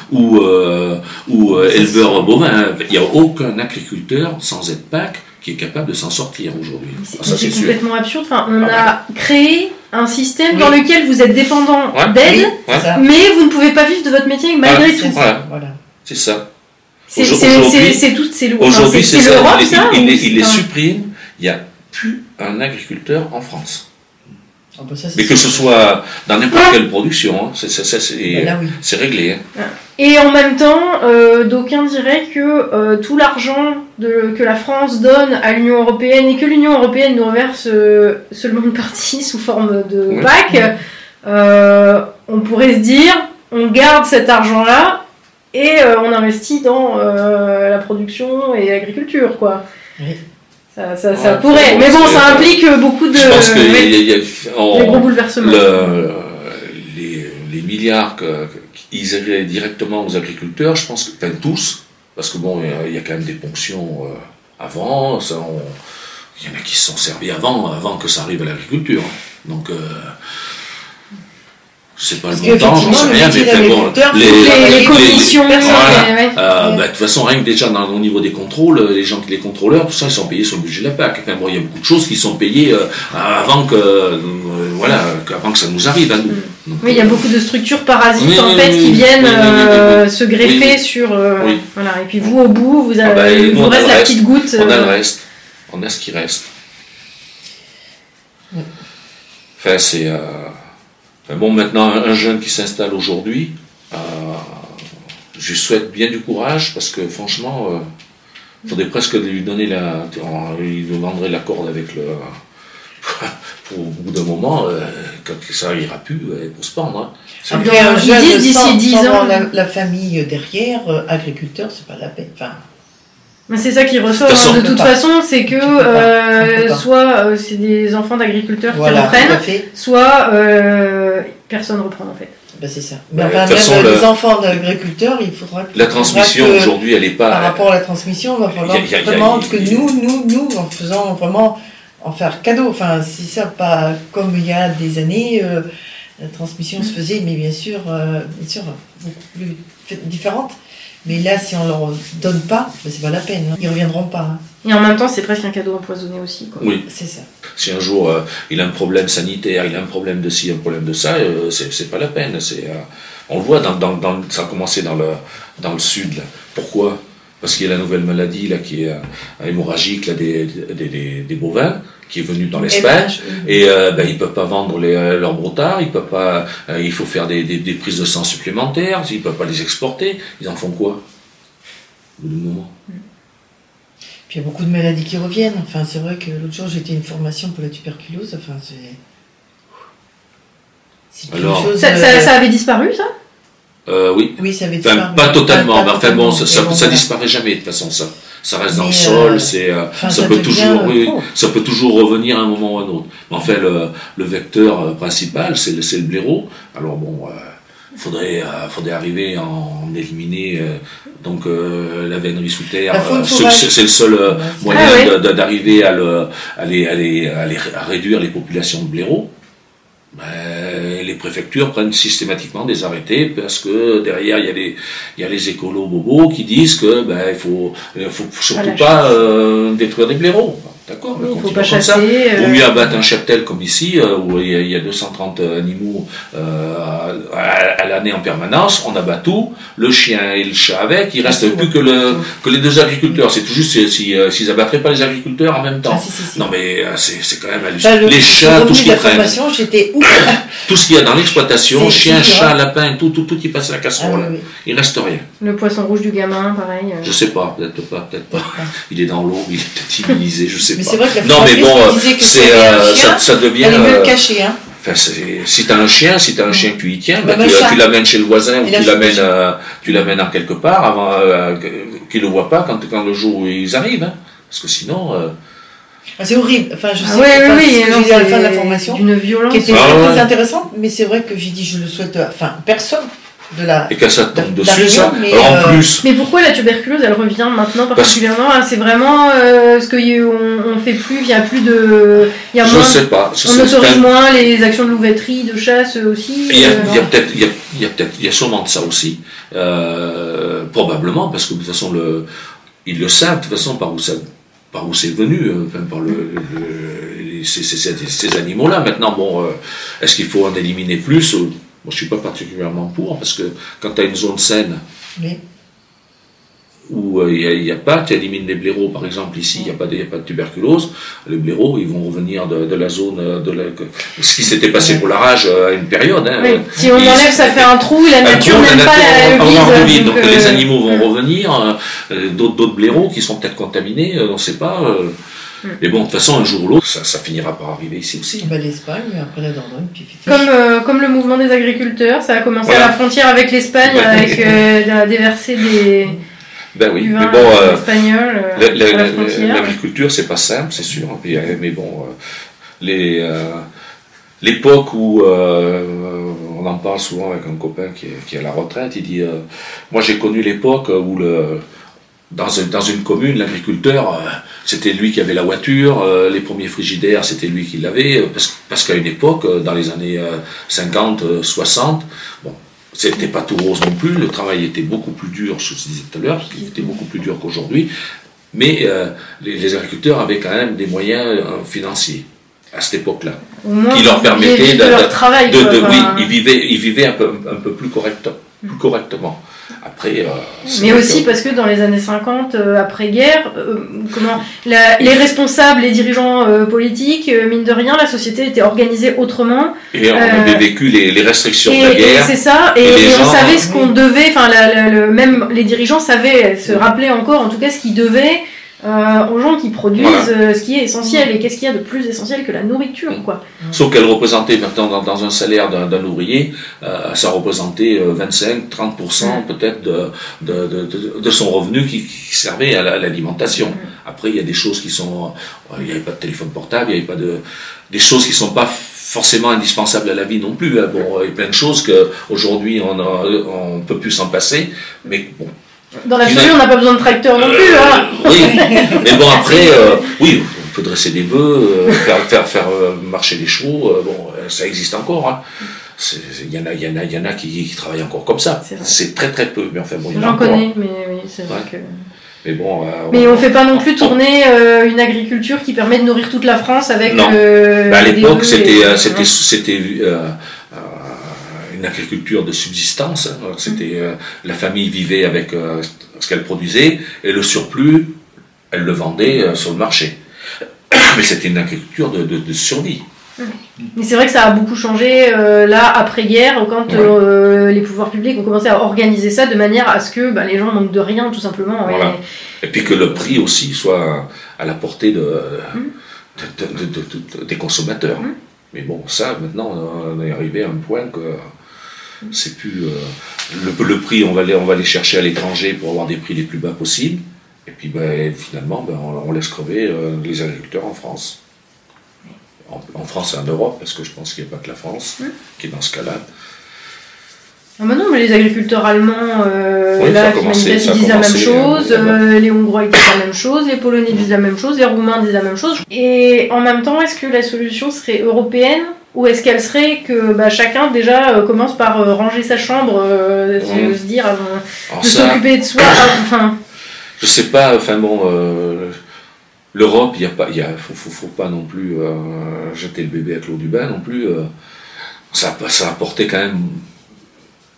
B: éleveur bovin, il n'y a aucun agriculteur sans aide PAC qui est capable de s'en sortir aujourd'hui.
A: C'est complètement absurde. Enfin, on a créé un système dans lequel vous êtes dépendant d'aide, mais vous ne pouvez pas vivre de votre métier malgré tout.
B: Voilà. C'est ça.
A: C'est lourd.
B: Aujourd'hui, c'est ça.
A: l'Europe,
B: il les supprime. Il n'y a plus un agriculteur en France.
C: Ah bah ça,
B: mais que ce soit dans n'importe quelle production, hein, c'est réglé. Hein.
A: Et en même temps, d'aucuns diraient que tout l'argent que la France donne à l'Union Européenne et que l'Union Européenne nous reverse seulement une partie sous forme de PAC, on pourrait se dire, on garde cet argent-là et on investit dans la production et l'agriculture, quoi. Oui. Ça pourrait, mais bon, ça implique beaucoup de.
B: Je pense que
A: des gros bouleversements.
B: Les milliards qu'ils iraient directement aux agriculteurs, je pense que, enfin tous, parce que bon, il y a quand même des ponctions avant, il y en a qui se sont servis avant que ça arrive à l'agriculture. Donc, je sais pas le montant, j'en sais rien, mais bon,
A: les commissions,
B: de toute façon, rien que déjà au niveau des contrôles, les contrôleurs, tout ça, ils sont payés sur le budget de la PAC. Enfin, bon, il y a beaucoup de choses qui sont payées avant que ça nous arrive à nous. Donc,
A: oui, il y a beaucoup de structures parasites qui viennent se greffer sur. Voilà. Et puis vous, au bout, vous avez, vous reste la petite goutte.
B: On a le reste. On a ce qui reste. Enfin, c'est. Bon, maintenant, un jeune qui s'installe aujourd'hui, je lui souhaite bien du courage parce que franchement, il faudrait presque lui donner il demanderait la corde avec le. Pour au bout d'un moment, quand ça ira plus, pour se pendre. Hein.
C: Après, un jeune d'ici 10 ans. La famille derrière, agriculteur, c'est pas la peine. Enfin,
A: mais c'est ça qui ressort. De toute façon, c'est que soit c'est des enfants d'agriculteurs qui reprennent, soit personne ne reprend en fait.
C: Ben c'est ça. Mais enfin, même les enfants d'agriculteurs, il faudra que.
B: La transmission aujourd'hui, elle n'est pas.
C: Par rapport à la transmission, il va falloir vraiment que nous, en faisant vraiment en faire cadeau. Enfin, c'est ça, pas comme il y a des années, la transmission se faisait, mais bien sûr, beaucoup plus différente. Mais là, si on leur donne pas, ben c'est pas la peine. Hein. Ils reviendront pas. Hein.
A: Et en même temps, c'est presque un cadeau empoisonné aussi. Quoi.
B: Oui.
C: C'est ça.
B: Si un jour il a un problème sanitaire, il a un problème de ci, un problème de ça, c'est pas la peine. On le voit, ça a commencé dans le sud. Là. Pourquoi ? Parce qu'il y a la nouvelle maladie là, qui est hémorragique là, des bovins. qui est venu dans l'Espagne, et ils peuvent pas vendre leurs brotards, ils peuvent pas, il faut faire des prises de sang supplémentaires, ils peuvent pas les exporter, ils en font quoi au bout du moment?
C: Puis il y a beaucoup de maladies qui reviennent. Enfin, c'est vrai que l'autre jour, j'étais à une formation pour la tuberculose. Enfin, c'est
B: alors,
C: chose,
A: ça avait disparu, ça?
B: Oui.
C: Oui, ça avait
B: Enfin,
C: disparu.
B: pas totalement, mais enfin bon,
C: totalement.
B: ça disparaît jamais de toute façon, ça reste dans le sol, ça peut toujours, ça peut toujours revenir à un moment ou à un autre. Mais en fait, le vecteur principal, c'est le blaireau. Alors bon, faudrait arriver à en éliminer donc la vénerie sous terre. C'est le seul moyen d'arriver à réduire les populations de blaireaux. Les préfectures prennent systématiquement des arrêtés parce que derrière il y a les écolos bobos qui disent que il faut surtout pas détruire des blaireaux. D'accord,
A: il faut pas chasser.
B: Ou mieux abattre un cheptel comme ici où il y a 230 animaux à l'année en permanence. On abat tout, le chien et le chat avec. Il reste plus que les deux agriculteurs. C'est tout juste s'ils abattraient pas les agriculteurs en même temps.
C: Si.
B: Non mais c'est quand même hallucinant. Les chats, tout ce qui traîne. Tout ce qu'il y a dans l'exploitation, chien, chat, lapin, tout y passe à la casserole. Oui. Il reste rien.
A: Le poisson rouge du gamin, pareil.
B: Je sais pas, peut-être pas. Il est dans l'eau, il est peut-être immunisé, je sais pas.
C: Mais c'est vrai que
B: non mais bon, ça devient.
C: Elle est mieux cachée, hein.
B: Enfin, si t'as un chien que tu y tiens, tu l'amènes chez le voisin ou tu l'amènes en quelque part avant qu'il le voit pas quand le jour où ils arrivent, hein. Parce que sinon.
C: C'est horrible. Enfin, je sais
A: j'ai
C: à la fin de la formation,
A: d'une violence
C: qui était très intéressante, mais c'est vrai que j'ai dit je le souhaite. Enfin, personne.
B: Et quand ça tombe dessus, ça. Alors en plus.
A: Mais pourquoi la tuberculose, elle revient maintenant particulièrement? C'est vraiment ce qu'on fait plus, il y a plus de.
B: Je sais pas.
A: On autorise moins les actions de louveterie, de chasse aussi.
B: Il y a sûrement de ça aussi. Probablement, parce que de toute façon, ils le savent, de toute façon, par où c'est venu, par ces animaux-là. Maintenant, bon, est-ce qu'il faut en éliminer plus? Moi, je suis pas particulièrement pour, parce que quand tu as une zone saine, où il y a pas, tu élimines les blaireaux, par exemple, ici, il n'y a pas de tuberculose, les blaireaux, ils vont revenir de la zone, ce qui s'était passé pour la rage à une période. Hein,
A: oui. Si on enlève, ça fait un trou, la nature n'aime pas le vide.
B: Donc les animaux vont revenir, d'autres blaireaux qui sont peut-être contaminés, on ne sait pas. Mais bon, de toute façon, un jour ou l'autre, ça finira par arriver ici aussi.
C: L'Espagne, après la Dordogne, puis
A: comme le mouvement des agriculteurs, ça a commencé à la frontière avec l'Espagne, avec déverser du vin espagnol à la frontière.
B: L'agriculture, c'est pas simple, c'est sûr. Mais bon, l'époque où on en parle souvent avec un copain qui est à la retraite, il dit moi j'ai connu l'époque où dans une commune, l'agriculteur, c'était lui qui avait la voiture, les premiers frigidaires, c'était lui qui l'avait, parce qu'à une époque, dans les années 50, 60, bon, c'était pas tout rose non plus, le travail était beaucoup plus dur, je vous disais tout à l'heure, il était beaucoup plus dur qu'aujourd'hui, mais les agriculteurs avaient quand même des moyens financiers à cette époque-là, qui leur permettaient ils vivaient un peu plus correctement. Après,
A: mais aussi parce que dans les années 50, après-guerre, les responsables, les dirigeants politiques, mine de rien, la société était organisée autrement.
B: Et on avait vécu les restrictions de la guerre.
A: C'est ça, et on savait ce qu'on devait, même les dirigeants se rappelaient encore, en tout cas, ce qu'ils devaient aux gens qui produisent ce qui est essentiel. Et qu'est-ce qu'il y a de plus essentiel que la nourriture, quoi.
B: Sauf qu'elle représentait maintenant dans un salaire d'un ouvrier, ça représentait 25-30% peut-être de son revenu qui servait à l'alimentation. Après, il y a des choses qui sont, il n'y avait pas de téléphone portable, il n'y avait pas des choses qui sont pas forcément indispensables à la vie non plus. Bon, il y a plein de choses qu'aujourd'hui on peut plus s'en passer, mais bon.
A: Dans l'absolu, on n'a pas besoin de tracteur non plus.
B: Oui, mais bon, après, oui, on peut dresser des bœufs, faire marcher des chevaux, ça existe encore. Hein. Il y en a qui travaillent encore comme ça. C'est très très peu, mais enfin bon, il y en a encore.
A: J'en connais, mais oui, c'est vrai que...
B: Mais bon,
A: mais on ne fait pas non plus tourner une agriculture qui permet de nourrir toute la France avec...
B: Non, à l'époque, c'était une agriculture de subsistance. C'était la famille vivait avec ce qu'elle produisait et le surplus, elle le vendait sur le marché. Mais c'était une agriculture de survie.
A: Mais c'est vrai que ça a beaucoup changé là après-guerre, quand les pouvoirs publics ont commencé à organiser ça de manière à ce que les gens manquent de rien, tout simplement.
B: Voilà. Et puis que le prix aussi soit à la portée des consommateurs. Mais bon, ça, maintenant, on est arrivé à un point que c'est plus... le prix, on va les chercher à l'étranger pour avoir des prix les plus bas possibles. Et puis finalement, on laisse crever les agriculteurs en France. En France et en Europe, parce que je pense qu'il n'y a pas que la France qui est dans ce cas-là.
A: Ah bah non, mais les agriculteurs allemands,
B: qui
A: disent la même chose, les Hongrois ils disent la même chose, les Polonais disent la même chose, les Roumains disent la même chose. Et en même temps, est-ce que la solution serait européenne, ou est-ce qu'elle serait que chacun déjà commence par ranger sa chambre, se dire, avant de s'occuper de soi,
B: Je sais pas, l'Europe, faut pas non plus jeter le bébé avec l'eau du bain non plus. Ça a apporté quand même.
A: Quoi ?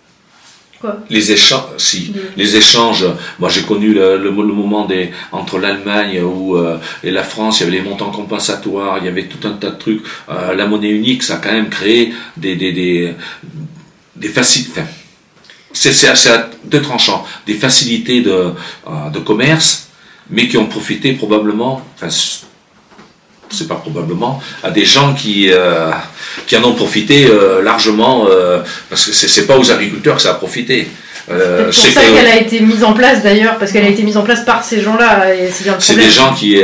B: Les échanges. Moi, j'ai connu le moment entre l'Allemagne et la France. Il y avait les montants compensatoires. Il y avait tout un tas de trucs. La monnaie unique, ça a quand même créé des facilités. C'est à deux tranchants. Des facilités de commerce, mais qui ont profité probablement, c'est pas probablement, à des gens qui en ont profité largement, parce que c'est pas aux agriculteurs que ça a profité.
A: C'est pour ça qu'elle a été mise en place d'ailleurs, parce qu'elle a été mise en place par ces gens-là, et c'est bien le problème.
B: C'est des gens qui,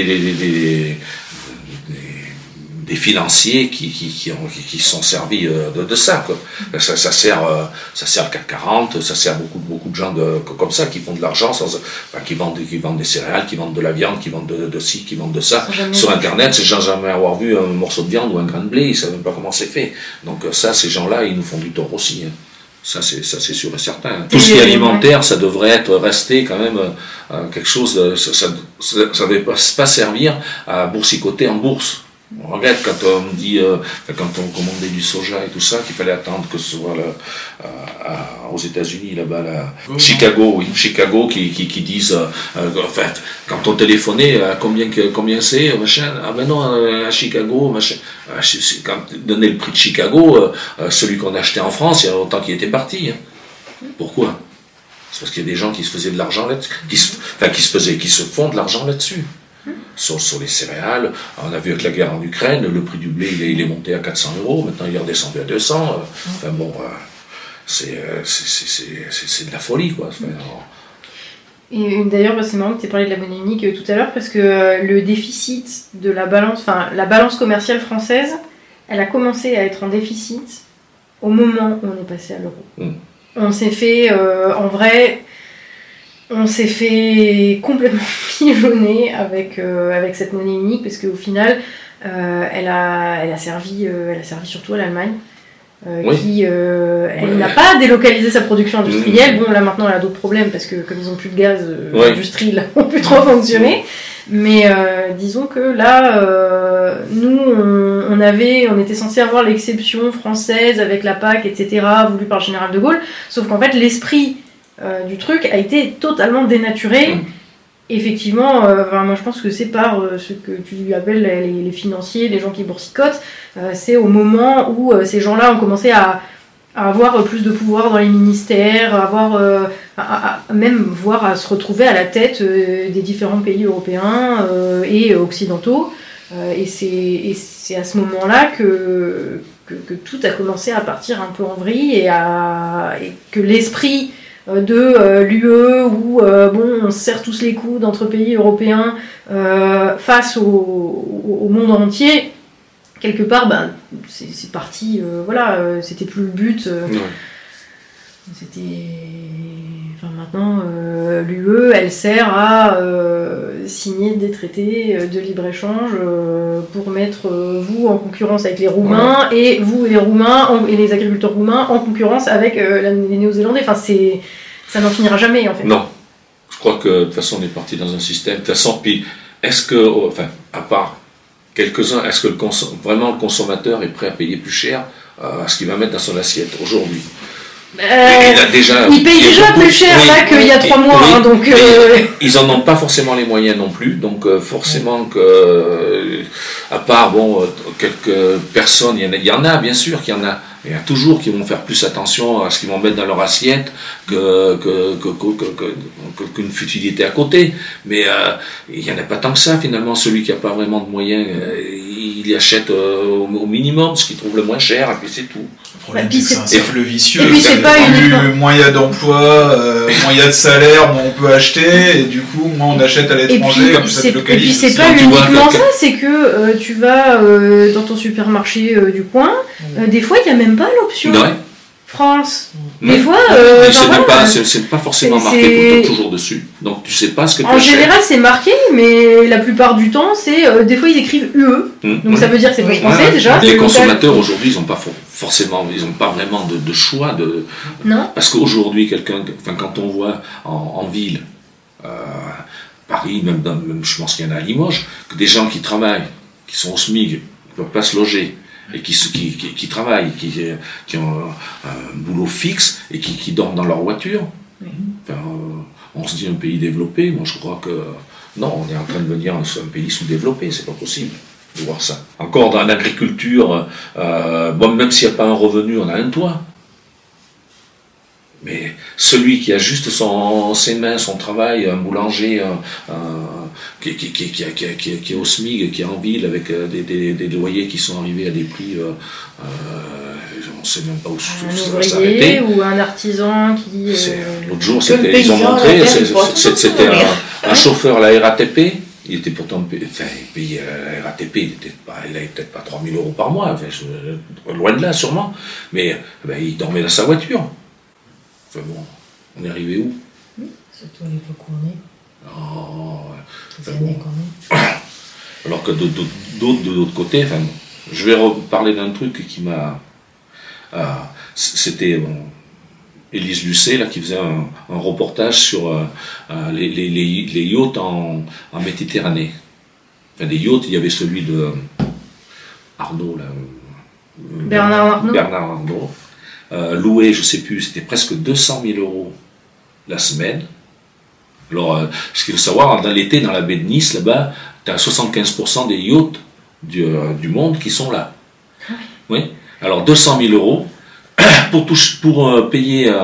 B: des financiers qui sont servis de ça, quoi. Ça sert le CAC 40, ça sert beaucoup de gens comme ça qui font de l'argent, qui vendent des céréales, qui vendent de la viande, qui vendent de ci, qui vendent de ça. Sur Internet, ces gens jamais avoir vu un morceau de viande ou un grain de blé, ils ne savent même pas comment c'est fait. Donc ça, ces gens-là, ils nous font du tort aussi. Ça c'est sûr et certain. Tout ce qui est alimentaire, ça devrait rester quand même quelque chose, ça ne devait pas servir à boursicoter en bourse. On regrette quand on me dit, quand on commandait du soja et tout ça, qu'il fallait attendre que ce soit aux États-Unis, là-bas, Chicago, qui disent, quand on téléphonait, combien c'est, machin, non, à Chicago, machin, quand on donnait le prix de Chicago, celui qu'on achetait en France, il y a longtemps qu'il était parti. Pourquoi ? C'est parce qu'il y a des gens qui se faisaient de l'argent là-dessus, qui se font de l'argent là-dessus. Sur les céréales, on a vu avec la guerre en Ukraine, le prix du blé il est monté à 400 €, maintenant il est redescendu à 200. C'est de la folie, quoi.
A: Et d'ailleurs, c'est marrant que tu aies parlé de la monnaie unique tout à l'heure, parce que le déficit de la balance commerciale française, elle a commencé à être en déficit au moment où on est passé à l'euro. On s'est fait, en vrai, complètement pigeonner avec cette monnaie unique, parce qu'au final, elle a servi surtout à l'Allemagne, qui n'a pas délocalisé sa production industrielle. Bon, là maintenant elle a d'autres problèmes, parce que comme ils n'ont plus de gaz, l'industrie là ne peut plus trop fonctionner. Mais disons que là, nous, on était censé avoir l'exception française avec la PAC, etc., voulue par le général de Gaulle, sauf qu'en fait l'esprit du truc a été totalement dénaturé. Effectivement, moi je pense que c'est par ce que tu appelles les financiers, les gens qui boursicotent. C'est au moment où ces gens-là ont commencé à avoir plus de pouvoir dans les ministères, même voire à se retrouver à la tête des différents pays européens et occidentaux. Et c'est à ce moment-là que tout a commencé à partir un peu en vrille, et que l'esprit de l'UE où on se serre tous les coudes entre pays européens face au monde entier, quelque part c'est parti, c'était plus le but. Maintenant l'UE elle sert à signer des traités de libre-échange pour mettre vous en concurrence avec les Roumains, et vous et les Roumains et les agriculteurs roumains en concurrence avec les Néo-Zélandais. Ça n'en finira jamais en fait.
B: Non, je crois que de toute façon on est parti dans un système. De toute façon, puis est-ce que, à part quelques-uns, est-ce que vraiment le consommateur est prêt à payer plus cher ce qu'il va mettre dans son assiette aujourd'hui?
A: Ils payent déjà plus cher là qu'il y a 3 mois, hein, donc...
B: Ils en ont pas forcément les moyens non plus, donc forcément que, à part quelques personnes, il y en a bien sûr qu'il y en a. Il y a toujours qui vont faire plus attention à ce qu'ils vont mettre dans leur assiette qu'une futilité à côté. Mais il n'y en a pas tant que ça finalement. Celui qui n'a pas vraiment de moyens, il y achète au minimum ce qu'il trouve le moins cher et puis c'est tout.
D: Le problème, c'est un cercle vicieux.
A: Et puis c'est pas uniquement...
D: moins il y a d'emploi, moins il y a de salaire, moins on peut acheter, et du coup moins on achète à l'étranger, comme ça se localise.
A: Et puis c'est pas uniquement ça, c'est que tu vas dans ton supermarché du coin, des fois il n'y a même pas l'option France. Des fois,
B: c'est pas forcément marqué toujours dessus. Donc tu sais pas ce que tu achètes.
A: En général, c'est marqué, mais la plupart du temps, c'est des fois ils écrivent UE. Donc ça veut dire que c'est pas français déjà.
B: Les consommateurs aujourd'hui, ils n'ont pas forcément, ils n'ont pas vraiment de choix
A: Non.
B: Parce qu'aujourd'hui, quand on voit en ville, Paris, même je pense qu'il y en a à Limoges, que des gens qui travaillent, qui sont au SMIC, ne peuvent pas se loger. Et qui travaillent, qui ont un boulot fixe et qui dorment dans leur voiture. Enfin, on se dit un pays développé, moi je crois que non, on est en train de devenir un pays sous-développé, c'est pas possible de voir ça. Encore dans l'agriculture, même s'il n'y a pas un revenu, on a un toit. Mais celui qui a juste ses mains, son travail, un boulanger, qui est au SMIC, qui est en ville avec des loyers qui sont arrivés à des prix, on ne sait même pas où ça va s'arrêter.
A: Ou un artisan qui...
B: L'autre jour, ils ont montré, c'était un chauffeur à la RATP. Il était pourtant payé à la RATP, il n'avait peut-être pas 3 000 € par mois, loin de là sûrement, mais il dormait dans sa voiture. Enfin bon, on est arrivé où?
C: Surtout à l'époque où on est.
B: Alors que de l'autre côté, je vais reparler d'un truc qui m'a... c'était Élise Lucet là, qui faisait un reportage sur les yachts en Méditerranée. Enfin, des yachts, il y avait celui de Arnaud, là,
A: Bernard
B: Arnaud. Loué, je ne sais plus, c'était presque 200 000 € la semaine. Alors, ce qu'il faut savoir, dans l'été, dans la baie de Nice, là-bas, tu as 75% des yachts du monde qui sont là. Oui. Alors, 200 000 € pour payer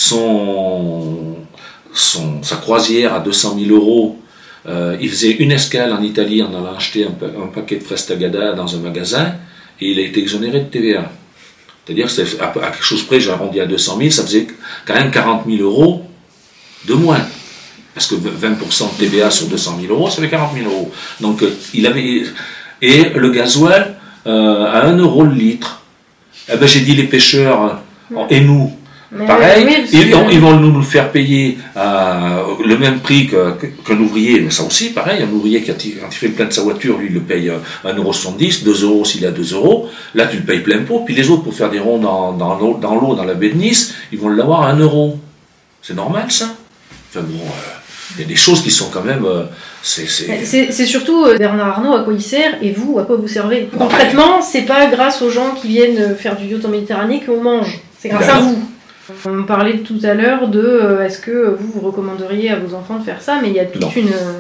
B: sa croisière à 200 000 €. Il faisait une escale en Italie en allant acheter un paquet de fraises tagada dans un magasin et il a été exonéré de TVA. C'est-à-dire que à quelque chose près, j'ai arrondi à 200 000, ça faisait quand même 40 000 € de moins. Parce que 20% de TVA sur 200 000 €, ça fait 40 000 €. Donc, il avait... Et le gasoil, à 1 € le litre. Eh ben, j'ai dit les pêcheurs, et nous, pareil, ils vont nous faire payer le même prix qu'un ouvrier, mais ça aussi, pareil, un ouvrier quand il fait le plein de sa voiture, lui, il le paye 1,70 €, 2 € s'il a 2 €, là tu le payes plein pot, puis les autres, pour faire des ronds dans l'eau, dans la baie de Nice, ils vont l'avoir à 1 €. C'est normal, ça? Enfin bon, il y a des choses qui sont quand même...
A: C'est surtout Bernard Arnault à quoi il sert et vous à quoi vous servez. Concrètement, c'est pas grâce aux gens qui viennent faire du yacht en Méditerranée qu'on mange, c'est grâce à vous. On parlait tout à l'heure de est-ce que vous recommanderiez à vos enfants de faire ça, mais il y a toute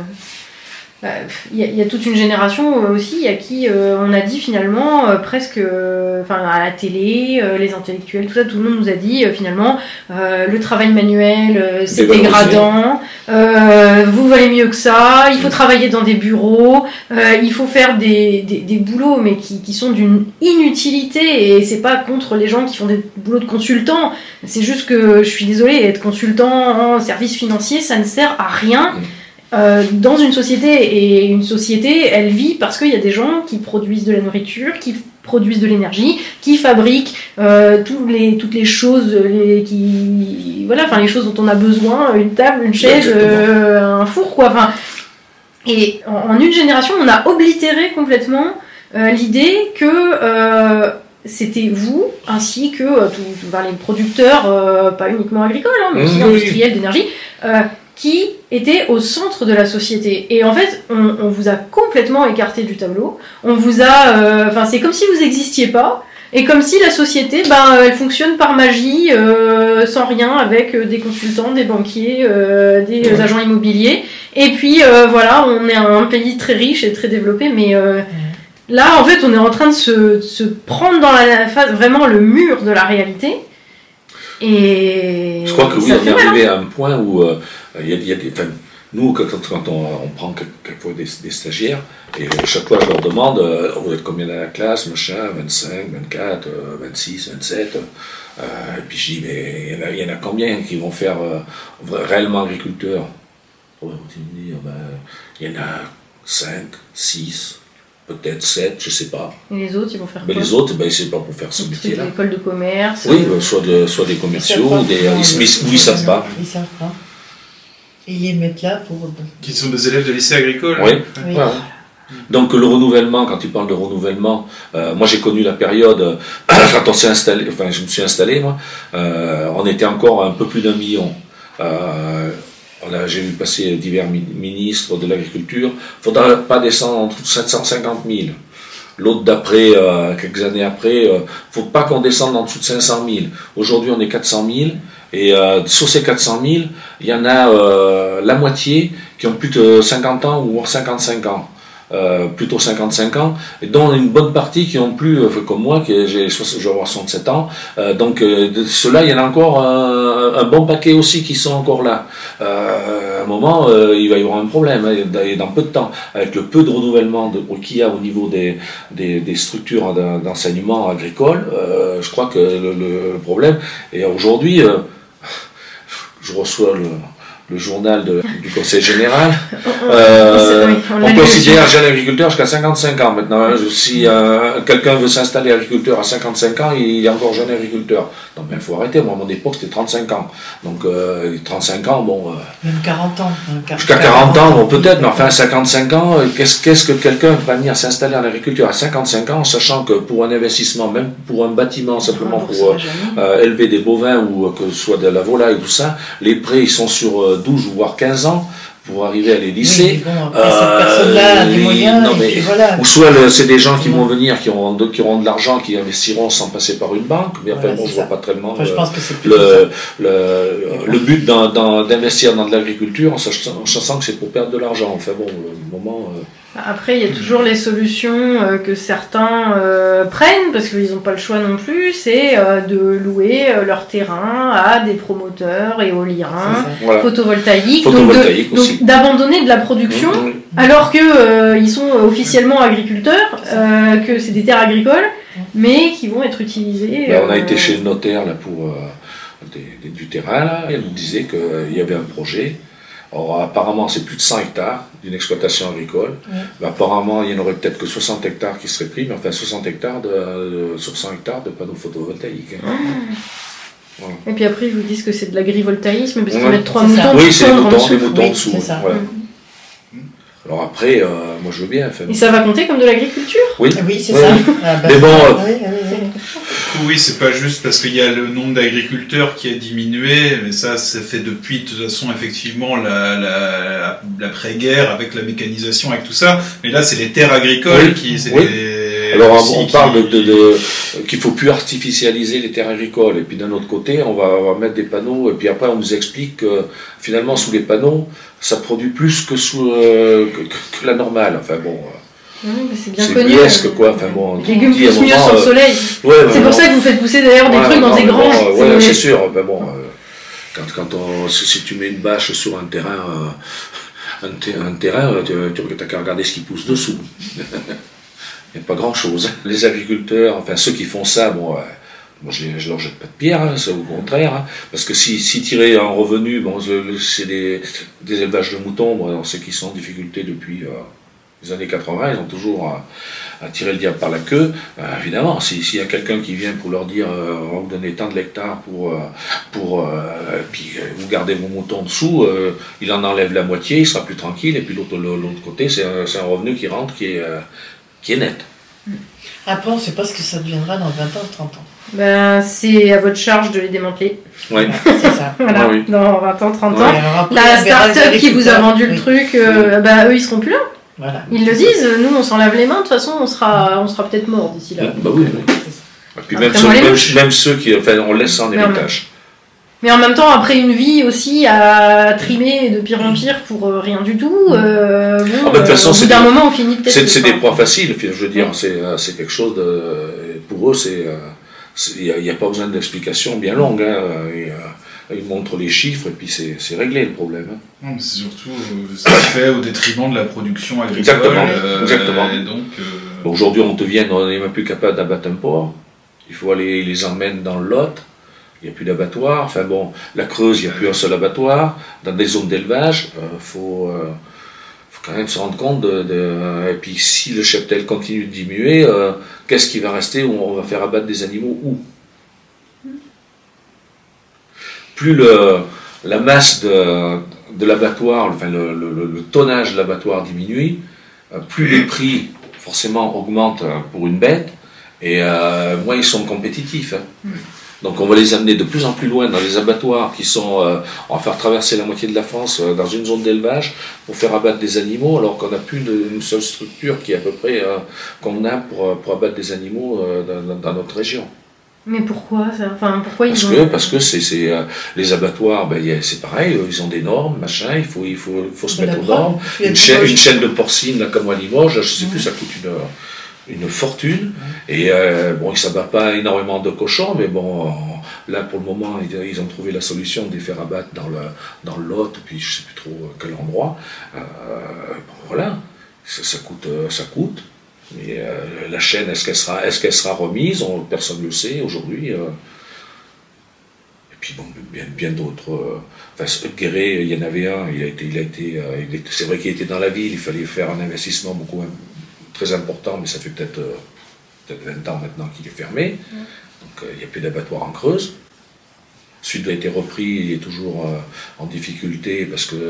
A: il y a toute une génération aussi à qui on a dit finalement presque à la télé, les intellectuels, tout ça, tout le monde nous a dit finalement le travail manuel c'est dégradant, vous valez mieux que ça, il faut travailler dans des bureaux, il faut faire des boulots mais qui sont d'une inutilité, et c'est pas contre les gens qui font des boulots de consultants, c'est juste que je suis désolée, être consultant en service financier ça ne sert à rien. Dans une société, et une société elle vit parce qu'il y a des gens qui produisent de la nourriture, qui produisent de l'énergie, qui fabriquent toutes les choses les choses dont on a besoin, une table, une chaise, un four quoi, et en une génération on a oblitéré complètement l'idée que c'était vous, ainsi que les producteurs, pas uniquement agricoles, mais aussi industriels d'énergie, qui était au centre de la société. Et en fait, on vous a complètement écarté du tableau. On vous a... c'est comme si vous n'existiez pas. Et comme si la société, elle fonctionne par magie, sans rien, avec des consultants, des banquiers, des agents immobiliers. Et puis voilà, on est un pays très riche et très développé, mais là, en fait, on est en train de se prendre dans la face, vraiment le mur de la réalité. Et
B: je crois que oui, on est arrivé à un point où il y a des... Nous, quand on prend quelquefois des stagiaires, et chaque fois je leur demande, vous êtes combien dans la classe, machin, 25, 24, 26, 27, et puis je dis, mais il y en a combien qui vont faire réellement agriculteurs? Il y en a 5, 6, peut-être 7, je sais pas.
A: Et les autres, ils vont faire quoi?
B: Les autres, c'est pas pour faire ce métier-là.
A: Des écoles de commerce.
B: Oui, soit des commerciaux, ils savent pas.
C: Ils savent pas. Et ils les mettent là pour...
D: Qui sont des élèves de lycée agricole.
B: Oui. Ouais. Donc le renouvellement, quand tu parles de renouvellement, moi j'ai connu la période, quand on s'est installé, enfin je me suis installé moi, on était encore un peu plus d'1 million. J'ai vu passer divers ministres de l'agriculture, il ne faudra pas descendre en dessous de 750 000. L'autre d'après, quelques années après, il ne faut pas qu'on descende en dessous de 500 000. Aujourd'hui on est 400 000. Et sur ces 400 000, il y en a la moitié qui ont plus de 50 ans ou 55 ans. Plutôt 55 ans, et dont une bonne partie qui ont plus, comme moi, je vais avoir 67 ans, donc de ceux-là, il y en a encore un bon paquet aussi qui sont encore là. À un moment, il va y avoir un problème, et dans peu de temps, avec le peu de renouvellement qu'il y a au niveau des structures d'enseignement agricole, je crois que le problème, et aujourd'hui, je reçois le journal du Conseil général. On considère jeune agriculteur jusqu'à 55 ans maintenant. Si quelqu'un veut s'installer agriculteur à 55 ans, il est encore jeune agriculteur. Donc il faut arrêter. Moi, à mon époque, c'était 35 ans. Donc 35 ans, bon...
C: Même 40 ans.
B: Jusqu'à 40 ans, bon, peut-être, mais enfin 55 ans, qu'est-ce que quelqu'un va venir s'installer en agriculture à 55 ans, sachant que pour un investissement, même pour un bâtiment, simplement pour élever des bovins ou que ce soit de la volaille, tout ça, les prêts, ils sont sur 12 ou voire 15 ans pour arriver à les lisser.
C: Oui, bon, cette personne-là a des moyens, voilà.
B: Ou soit c'est des gens qui vont venir, qui auront de l'argent, qui investiront sans passer par une banque, mais enfin bon, je vois pas tellement
C: je pense que c'est
B: le but d'investir dans de l'agriculture, en sachant que c'est pour perdre de l'argent. Enfin bon, au moment...
A: Après, il y a toujours les solutions que certains prennent, parce qu'ils n'ont pas le choix non plus, c'est de louer leur terrain à des promoteurs éoliens, photovoltaïques, donc d'abandonner de la production, alors que ils sont officiellement agriculteurs, que c'est des terres agricoles, mais qui vont être utilisées...
B: on a été chez le notaire là, pour du terrain, là, et elle nous disait qu'il y avait un projet. Or, apparemment, c'est plus de 100 hectares d'une exploitation agricole. Mais apparemment, il n'y en aurait peut-être que 60 hectares qui seraient pris, mais enfin 60 hectares sur 100 hectares de panneaux photovoltaïques.
A: Voilà. Et puis après, ils vous disent que c'est de l'agrivoltaïsme, parce qu'ils mettent 3 moutons.
B: Oui, c'est les moutons dessous.
C: C'est ça.
B: Voilà. Alors après, moi je veux bien.
A: Et ça va compter comme de l'agriculture?
B: Oui,
C: c'est ça.
B: Mais bon...
D: Oui, c'est pas juste parce qu'il y a le nombre d'agriculteurs qui a diminué, mais ça fait depuis, de toute façon, effectivement, l'après-guerre, avec la mécanisation, avec tout ça. Mais là, c'est les terres agricoles qui...
B: Alors on parle qu'il ne faut plus artificialiser les terres agricoles, et puis d'un autre côté on va mettre des panneaux, et puis après on nous explique que finalement sous les panneaux ça produit plus que que la normale. Enfin bon,
A: c'est bien connu.
B: Presque quoi. Enfin bon,
A: les légumes poussent mieux sans le soleil. C'est pour ça que vous faites pousser d'ailleurs des trucs dans des granges.
B: Oui, c'est sûr. Ben bon, si tu mets une bâche sur un terrain, tu n'as qu'à regarder ce qui pousse dessous. Il n'y a pas grand-chose. Les agriculteurs, enfin ceux qui font ça, bon, moi je leur jette pas de pierre, c'est au contraire, parce que si tiraient un revenu, bon, c'est des élevages de moutons, bon, on sait qu'ils sont en difficulté depuis les années 80, ils ont toujours à tirer le diable par la queue. Évidemment, s'il y a quelqu'un qui vient pour leur dire on va vous donner tant de l'hectare puis vous gardez vos moutons dessous, il en enlève la moitié, il sera plus tranquille, et puis l'autre côté, c'est un revenu qui rentre, qui est net.
C: Après, on ne sait pas ce que ça deviendra dans 20 ans, 30 ans.
A: C'est à votre charge de les démanteler.
B: Oui.
C: C'est ça.
A: Voilà.
B: Oui.
A: Dans 20 ans, 30 ans.
C: Après,
A: la start-up qui vous a vendu le truc, eux, ils seront plus là.
C: Voilà.
A: Ils le disent, nous, on s'en lave les mains, de toute façon, on sera peut-être mort d'ici là.
B: Oui. Et puis
A: Après,
B: même ceux qui, enfin, on laisse ça en héritage.
A: Mais en même temps, après une vie aussi à trimer de pire en pire pour rien du tout, bon,
B: de toute façon,
A: au bout d'un moment, on finit peut-être...
B: C'est des poids faciles, je veux dire, c'est quelque chose de... Pour eux, il n'y a pas besoin d'explications bien longues. Hein. Ils montrent les chiffres et puis c'est réglé le problème. Hein.
D: Non, mais c'est surtout ça se fait au détriment de la production agricole.
B: Exactement.
D: Et donc,
B: aujourd'hui, on n'est même plus capable d'abattre un porc. Il faut aller les emmèner dans le Lot. Il n'y a plus d'abattoir. Enfin bon, la Creuse, il n'y a plus un seul abattoir. Dans des zones d'élevage, faut quand même se rendre compte et puis si le cheptel continue de diminuer, qu'est-ce qui va rester où on va faire abattre des animaux où? Plus la masse de l'abattoir, enfin le tonnage de l'abattoir diminue, plus les prix forcément augmentent pour une bête et moins ils sont compétitifs. Hein. Donc on va les amener de plus en plus loin dans les abattoirs qui sont, on va faire traverser la moitié de la France dans une zone d'élevage pour faire abattre des animaux alors qu'on n'a plus une seule structure qui est à peu près convenable pour abattre des animaux dans notre région.
A: Mais pourquoi ça? Enfin, pourquoi
B: parce que c'est les abattoirs, c'est pareil, ils ont des normes, machin, il faut se mettre aux normes. Une chaîne de porcine là, comme à Limoges, je ne sais plus, ça coûte une fortune. Et bon, ils ne s'abattent pas énormément de cochons, mais bon, là pour le moment, ils ont trouvé la solution de les faire abattre dans le Lot, puis je ne sais plus trop quel endroit. Bon, voilà, ça coûte. Mais la chaîne, est-ce qu'elle sera remise? Personne ne le sait aujourd'hui. Et puis bon, bien d'autres. Guéret, il y en avait un. C'est vrai qu'il était dans la ville. Il fallait faire un investissement très important, mais ça fait peut-être 20 ans maintenant qu'il est fermé. Donc il n'y a plus d'abattoir en Creuse. Sud a été repris, il est toujours en difficulté parce que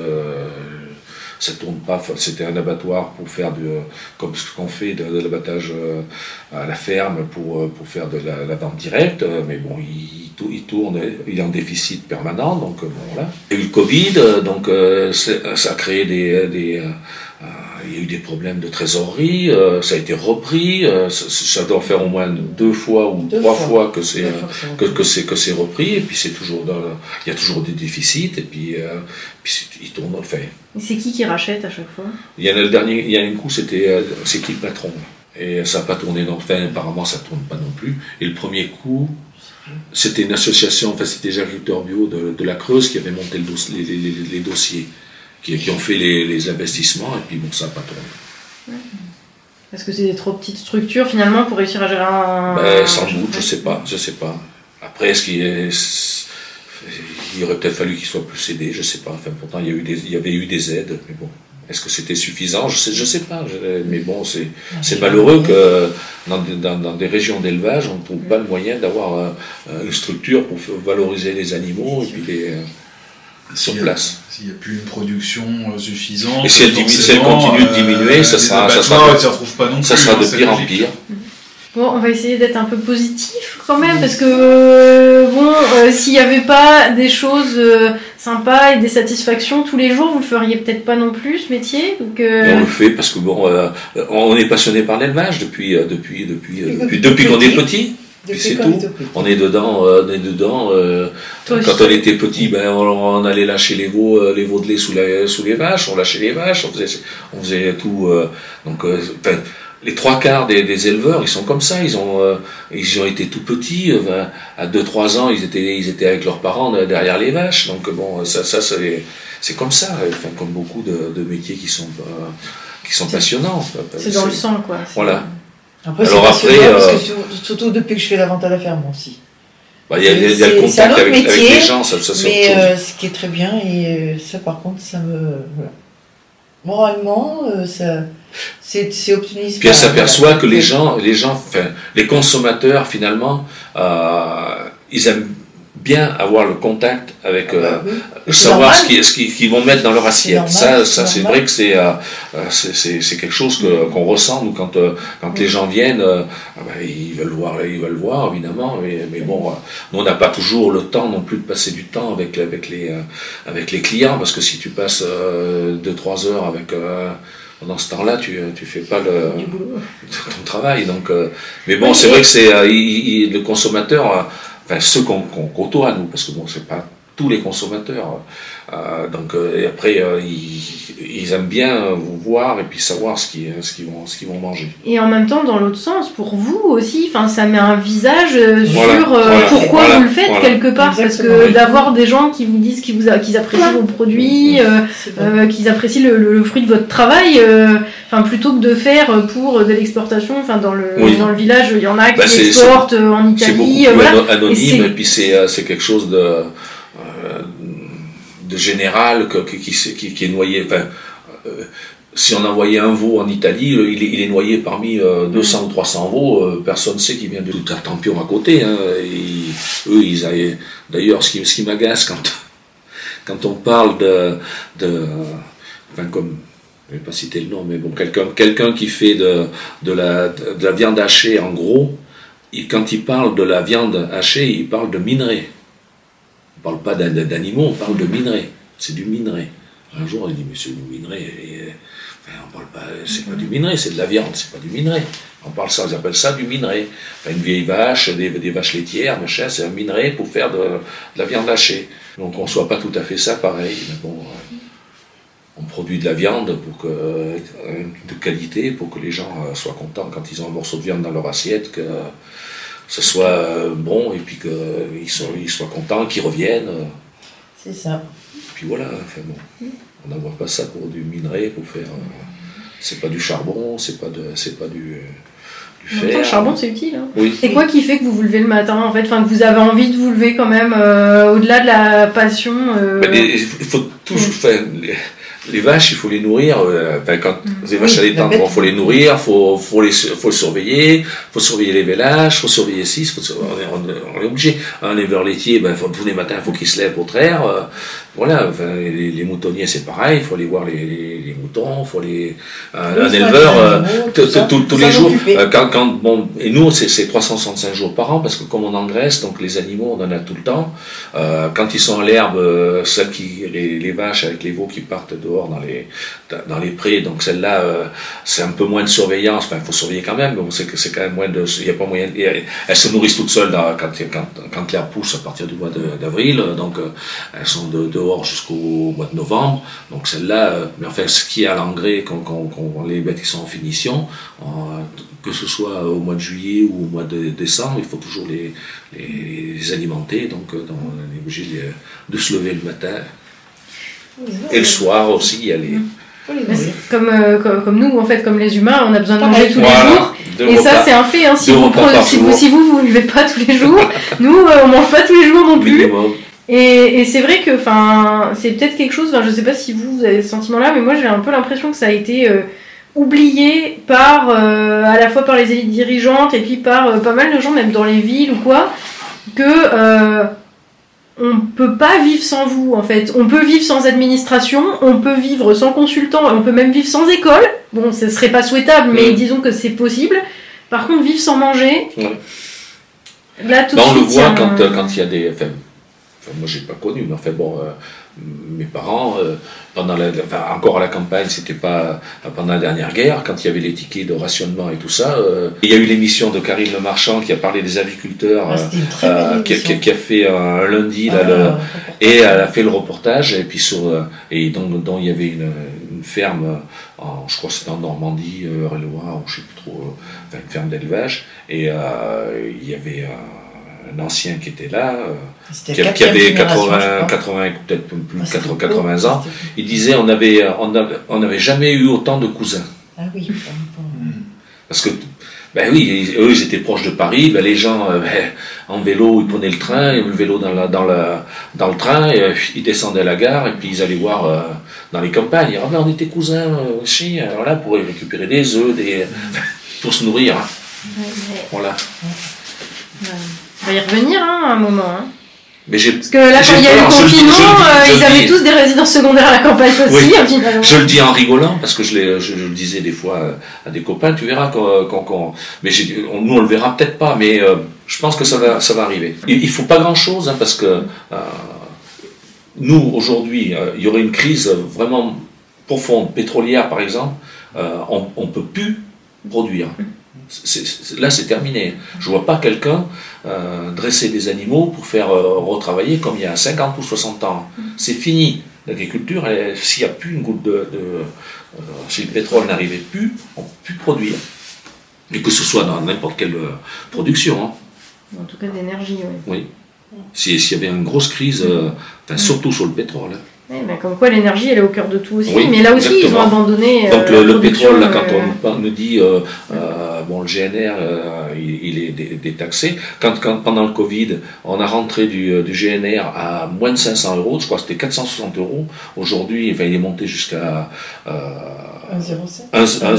B: ça tourne pas. C'était un abattoir pour faire comme ce qu'on fait de l'abattage à la ferme pour faire de la vente directe, mais bon, il tourne, il est en déficit permanent, donc bon voilà. Il y a eu le Covid, donc ça a créé il y a eu des problèmes de trésorerie, ça a été repris, ça doit faire au moins 2 fois ou 3 fois que c'est repris, et puis il y a toujours des déficits, et puis il tourne, enfin.
A: Et c'est qui rachète à chaque fois?
B: Il y a un coup, c'est qui le patron? Et ça n'a pas tourné, enfin apparemment ça ne tourne pas non plus. Et le premier coup, c'était une association, enfin c'était des agriculteurs bio de la Creuse qui avaient monté les dossiers. Qui ont fait les investissements, et puis bon, ça n'a pas tourné.
A: Parce que c'est des trop petites structures, finalement, pour réussir à gérer
B: sans doute, je sais pas. Après, il aurait peut-être fallu qu'ils soient plus aidés, je sais pas. Enfin, pourtant, il y avait eu des aides, mais bon. Est-ce que c'était suffisant? Je sais pas. Mais bon, c'est malheureux que dans des régions d'élevage, on ne trouve pas le moyen d'avoir une structure pour valoriser les animaux, et puis sur place.
D: S'il n'y a plus une production suffisante.
B: Et si elle continue de diminuer, ça sera de pire en pire.
A: Bon, on va essayer d'être un peu positif quand même, parce que s'il n'y avait pas des choses sympas et des satisfactions tous les jours, vous le feriez peut-être pas non plus, ce métier. Donc,
B: on le fait parce que on est passionné par l'élevage depuis qu'on est petit. Puis c'est tout. On est dedans. Quand on était petit, on allait lâcher les veaux de lait sous les vaches. On lâchait les vaches. On faisait tout. Les 3/4 des éleveurs, ils sont comme ça. Ils ont été tout petits. À 2-3 ans, ils étaient avec leurs parents derrière les vaches. Donc bon, ça c'est comme ça. Enfin, comme beaucoup de métiers qui sont passionnants.
A: C'est dans le sang, quoi.
B: Voilà.
C: Après, parce que surtout depuis que je fais la vente à la ferme aussi.
B: Il y a le contact avec les gens, ça c'est
C: mais ce qui est très bien, et ça par contre, ça me... Voilà. Moralement, c'est optimiste.
B: Puis on s'aperçoit que les gens, les consommateurs finalement, ils aiment bien avoir le contact avec savoir ce qu'ils vont mettre dans leur assiette. Ça c'est vrai que c'est quelque chose qu'on ressent nous quand les gens viennent. Ils veulent voir évidemment, mais bon, nous on n'a pas toujours le temps non plus de passer du temps avec les clients, parce que si tu passes 2-3 heures Pendant ce temps-là, tu fais pas ton travail. Donc, mais bon,
A: Oui,
B: c'est vrai que c'est le consommateur, enfin ceux qu'on côtoie nous, parce que bon, c'est pas tous les consommateurs. Donc, et après, ils aiment bien vous voir et puis savoir ce qu'ils vont manger.
A: Et en même temps, dans l'autre sens, pour vous aussi, enfin, ça met un visage
B: Voilà,
A: sur
B: voilà,
A: pourquoi
B: voilà,
A: vous le faites
B: voilà.
A: quelque part,
C: Exactement,
A: parce que
C: oui.
A: d'avoir des gens qui vous disent qu'ils apprécient vos produits,
C: C'est bon.
A: qu'ils apprécient le fruit de votre travail, enfin, plutôt que de faire pour de l'exportation, enfin, dans le village, il y en a qui
B: Bah,
A: exportent en
B: C'est beaucoup
A: Italie,
B: plus
A: voilà.
B: anonyme et puis c'est quelque chose de général qui est noyé. Enfin, si on envoyait un veau en Italie, il est noyé parmi 200 ou 300 veaux, personne ne sait qu'il vient de tout Tartampion à côté. Hein, eux, ils avaient. D'ailleurs, ce qui m'agace quand on parle enfin, comme, je ne vais pas citer le nom, mais bon, quelqu'un qui fait de la viande hachée en gros, quand il parle de la viande hachée, il parle de minerai. On ne parle pas d'animaux, on parle de minerai. C'est du minerai. Un jour, il dit, mais c'est du minerai. Enfin, on parle pas, c'est pas du minerai, c'est de la viande, c'est pas du minerai. Ils appellent ça du minerai. Enfin, une vieille vache, des vaches laitières, machin, c'est un minerai pour faire de la viande hachée. Donc on ne soit pas tout à fait ça pareil. Mais bon, on produit de la viande de qualité pour que les gens soient contents quand ils ont un morceau de viande dans leur assiette, que ce soit bon et puis qu'ils soient contents, qu'ils reviennent.
C: C'est ça.
B: Puis voilà, enfin bon, on n'envoie pas ça pour du minerai, pour faire. C'est pas du charbon, c'est pas du fer.
A: Le charbon, c'est utile. Hein.
B: Oui.
A: Et quoi qui fait que vous vous levez le matin, en fait, enfin, que vous avez envie de vous lever quand même, au-delà de la passion
B: Il faut toujours faire. Les vaches, il faut les nourrir. Quand les vaches allaitantes, il faut les nourrir, faut surveiller, faut surveiller les vélages, faut surveiller on est obligé. Un éleveur laitier, tous les matins, il faut qu'il se lève pour traire. Voilà, enfin, les moutonniers, c'est pareil, il faut aller voir les moutons, il faut un éleveur tous les jours. Et nous, c'est 365 jours par an parce que comme on engraisse, donc les animaux, on en a tout le temps. Quand ils sont à l'herbe, les vaches avec les veaux qui partent dehors dans les prés, donc celles-là, c'est un peu moins de surveillance. Enfin, il faut surveiller quand même, mais on sait que c'est quand même moins de. Il y a pas moyen. Elles se nourrissent toutes seules quand l'herbe pousse à partir du mois d'avril, donc elles sont dehors jusqu'au mois de novembre. Donc celles-là, mais enfin, ce qui est à l'engrais, quand les bêtes qui sont en finition, que ce soit au mois de juillet ou au mois de décembre, il faut toujours les alimenter. Donc on est obligé de se lever le matin. Et le soir aussi, il y a les.
A: Comme nous, en fait, comme les humains, on a besoin de manger tous les jours. Et
B: repas.
A: Ça, c'est un fait. Hein, si vous ne levez pas tous les jours, nous, on mange pas tous les jours non plus. Et c'est vrai que, c'est peut-être quelque chose. Je sais pas si vous avez ce sentiment-là, mais moi, j'ai un peu l'impression que ça a été oublié à la fois par les élites dirigeantes et puis par pas mal de gens, même dans les villes ou quoi, que on peut pas vivre sans vous, en fait. On peut vivre sans administration, on peut vivre sans consultant, et on peut même vivre sans école. Bon, ce serait pas souhaitable, mais disons que c'est possible. Par contre, vivre sans manger, là, tout de suite...
B: On le voit quand il y a des... Enfin, moi, j'ai pas connu, mais enfin, bon... mes parents, encore à la campagne, c'était pas pendant la dernière guerre, quand il y avait les tickets de rationnement et tout ça. Il y a eu l'émission de Karine Le Marchand qui a parlé des agriculteurs, qui a fait un lundi, et elle a fait le reportage, et puis dont il y avait une ferme, je crois que c'était en Normandie, Eure-et-Loire, ou je sais plus trop, une ferme d'élevage, et il y avait un ancien qui était là, qui avait 80 peut-être plus de 80 ans. Il disait on n'avait jamais eu autant de cousins.
C: Ah oui.
B: Parce que eux ils étaient proches de Paris, les gens en vélo ils prenaient le train, le vélo dans le train, et ils descendaient à la gare et puis ils allaient voir dans les campagnes. On était cousins aussi, alors là pour récupérer des œufs, pour se nourrir. Hein. Voilà.
A: On va y revenir à un moment. Hein.
B: Parce
A: que là, quand il y a eu le confinement, ils avaient tous des résidences secondaires à la campagne aussi.
B: Oui. Je le dis en rigolant, parce que je le disais des fois à des copains, tu verras mais nous on le verra peut-être pas, mais je pense que ça va arriver. Il faut pas grand-chose, hein, parce que nous, aujourd'hui, il y aurait une crise vraiment profonde, pétrolière par exemple, on ne peut plus produire. Là, c'est terminé. Je ne vois pas quelqu'un dresser des animaux pour faire retravailler comme il y a 50 ou 60 ans. C'est fini. L'agriculture, s'il n'y a plus une goutte si le pétrole n'arrivait plus, on ne peut plus produire. Et que ce soit dans n'importe quelle production. Hein.
A: En tout cas d'énergie,
B: oui. S'il y avait une grosse crise, surtout sur le pétrole. Hein.
A: Oui, mais comme quoi l'énergie elle est au cœur de tout aussi.
B: Oui,
A: mais là aussi
B: exactement.
A: ils ont abandonné.
B: Donc le pétrole, là, quand on nous dit le GNR il est détaxé. Quand pendant le Covid on a rentré du GNR à moins de 500 €, je crois que c'était 460 €. Aujourd'hui, il est monté jusqu'à
C: 1,07.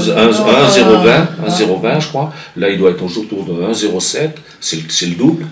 B: 1,020, je crois. Là, il doit être autour de 1,07. C'est le double.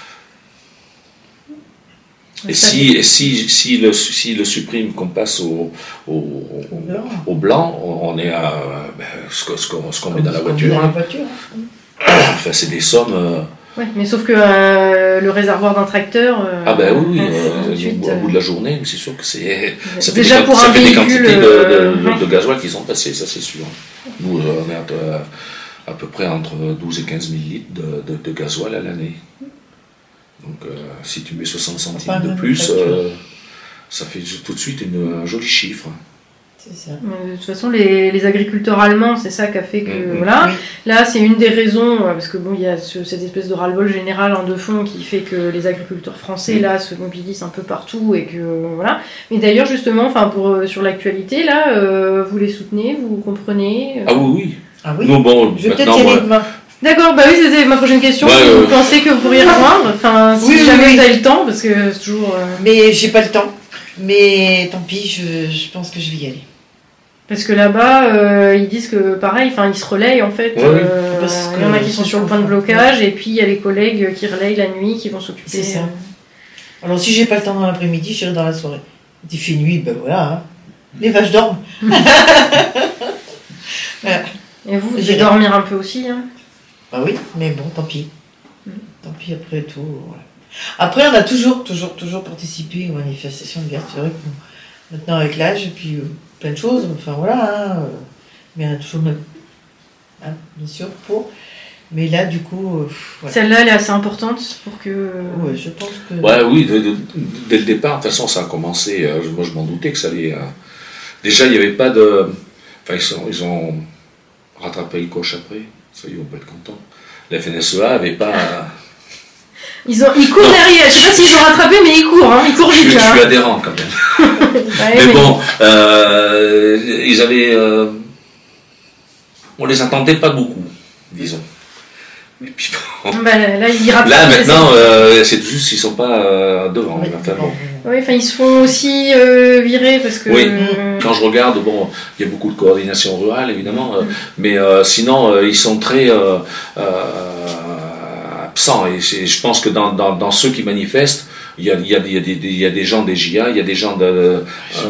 B: Et si le supprime, qu'on passe au blanc, on est à ce qu'on met dans la voiture. Enfin, c'est des sommes.
A: Oui, mais sauf que le réservoir d'un tracteur.
B: Oui, au bout de la journée, c'est sûr que ça fait
A: déjà
B: des quantités de gasoil qui sont passées, ça c'est sûr. Nous, on est à peu près entre 12 et 15 000 litres de gasoil à l'année. Donc, si tu mets 60 centimes de plus, ça fait tout de suite un joli chiffre.
C: C'est ça.
A: De toute façon, les agriculteurs allemands, c'est ça qui a fait que voilà. Oui. Là, c'est une des raisons parce que il y a cette espèce de ras-le-bol général en deux fonds qui fait que les agriculteurs français là se mobilisent un peu partout et que voilà. Mais d'ailleurs, justement, sur l'actualité là, vous les soutenez, vous comprenez.
B: Ah oui.
C: Ah oui.
B: Nous, bon,
C: je vais peut-être y aller demain.
A: D'accord, oui, c'était ma prochaine question. Vous pensez que vous pourriez rejoindre, si jamais vous avez le temps, parce que c'est toujours.
C: Mais j'ai pas le temps. Mais tant pis, je pense que je vais y aller.
A: Parce que là-bas, ils disent que pareil, ils se relayent en fait. Il y en a qui sont sur le point de blocage, et puis il y a les collègues qui relayent la nuit, qui vont s'occuper.
C: C'est ça. Alors si j'ai pas le temps dans l'après-midi, j'irai dans la soirée. Il fait nuit, voilà. Hein. Les vaches dorment.
A: Et vous devez dormir un peu aussi. Hein.
C: Ah oui, mais bon, tant pis. Tant pis après tout. Voilà. Après, on a toujours participé aux manifestations de guerre. C'est vrai que maintenant avec l'âge, et puis plein de choses, mais on a toujours bien sûr mais là du coup
A: voilà. Celle-là elle est assez importante pour que
C: je pense que
B: oui, dès le départ de toute façon ça a commencé, moi je m'en doutais que ça allait déjà il n'y avait pas de ils ont rattrapé le coche après, ça ils vont pas être contents. La FNSEA avait pas
A: ils courent derrière, je sais pas s'ils ont rattrapé, mais ils courent vite.
B: Je suis adhérent quand même. Mais bon, ils avaient. On les attendait pas beaucoup, disons. Et puis bon.
A: Là, ils rattrapent.
B: Là maintenant, c'est juste qu'ils sont pas devant.
A: Oui, ils se font aussi virer parce que.
B: Oui. Quand je regarde, il y a beaucoup de coordination rurale évidemment, mais sinon ils sont très. Et je pense que dans ceux qui manifestent, il y a des gens des JA, il y a des gens de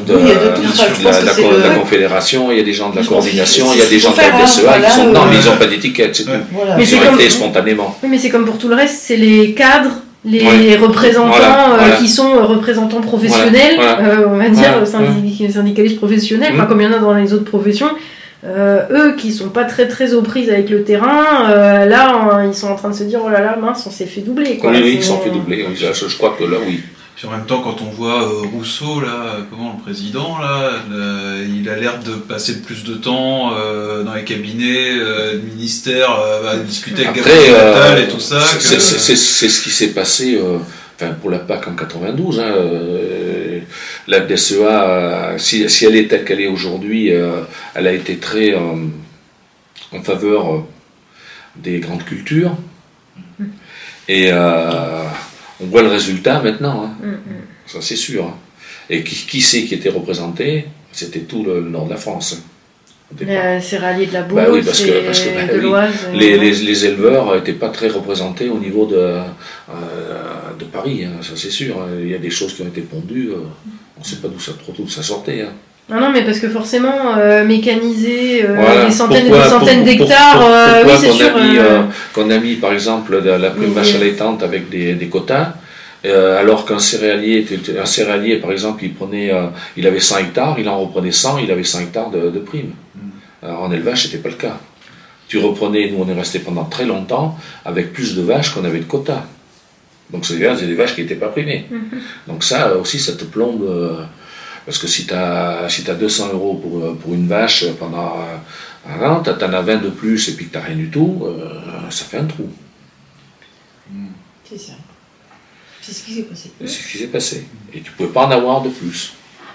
B: la Confédération, il y a des gens de la coordination, il y a des gens de la FNSEA qui sont. Non, mais ils n'ont pas d'étiquette, c'est tout.
A: Voilà.
B: Ils ont été spontanément.
A: Oui, mais c'est comme pour tout le reste, c'est les cadres, les représentants qui sont représentants professionnels, on va dire, syndicalistes professionnels, comme il y en a dans les autres professions. Eux qui sont pas très très aux prises avec le terrain, là ils sont en train de se dire oh là là mince on s'est fait doubler quoi.
B: Oui, ils sont fait doubler, je crois que là oui.
D: Puis en même temps quand on voit Rousseau là, le président là, il a l'air de passer plus de temps dans les cabinets de ministères à discuter avec Gabriel Attal et tout ça.
B: C'est ce qui s'est passé pour la PAC en 92, la FNSEA, si elle est telle qu'elle est aujourd'hui, elle a été très en faveur des grandes cultures. Et on voit le résultat maintenant, ça c'est sûr. Et qui c'est qui était représenté? C'était tout le nord de la France.
A: Les céréaliers de la Beauce, de l'Oise.
B: Les éleveurs n'étaient pas très représentés au niveau de Paris, ça c'est sûr. Il y a des choses qui ont été pondues, on ne sait pas d'où ça sortait.
A: Non, mais parce que forcément, mécaniser des centaines et des centaines d'hectares,
B: c'est sûr. Qu'on a mis par exemple la prime vache allaitante avec des quotas. Alors qu'un céréalier, par exemple, il avait 100 hectares, il en reprenait 100, il avait 100 hectares de prime. Alors, en élevage, c'était pas le cas. Tu reprenais, nous on est resté pendant très longtemps avec plus de vaches qu'on avait de quotas. Donc c'est des vaches qui n'étaient pas primées. Donc ça aussi, ça te plombe, parce que si tu as 200 € pour une vache pendant un an, tu en as 20 de plus et puis que tu n'as rien du tout, ça fait un trou.
C: C'est ça. C'est ce qui s'est passé.
B: C'est ce qui s'est passé. Et tu ne pouvais pas en avoir de plus.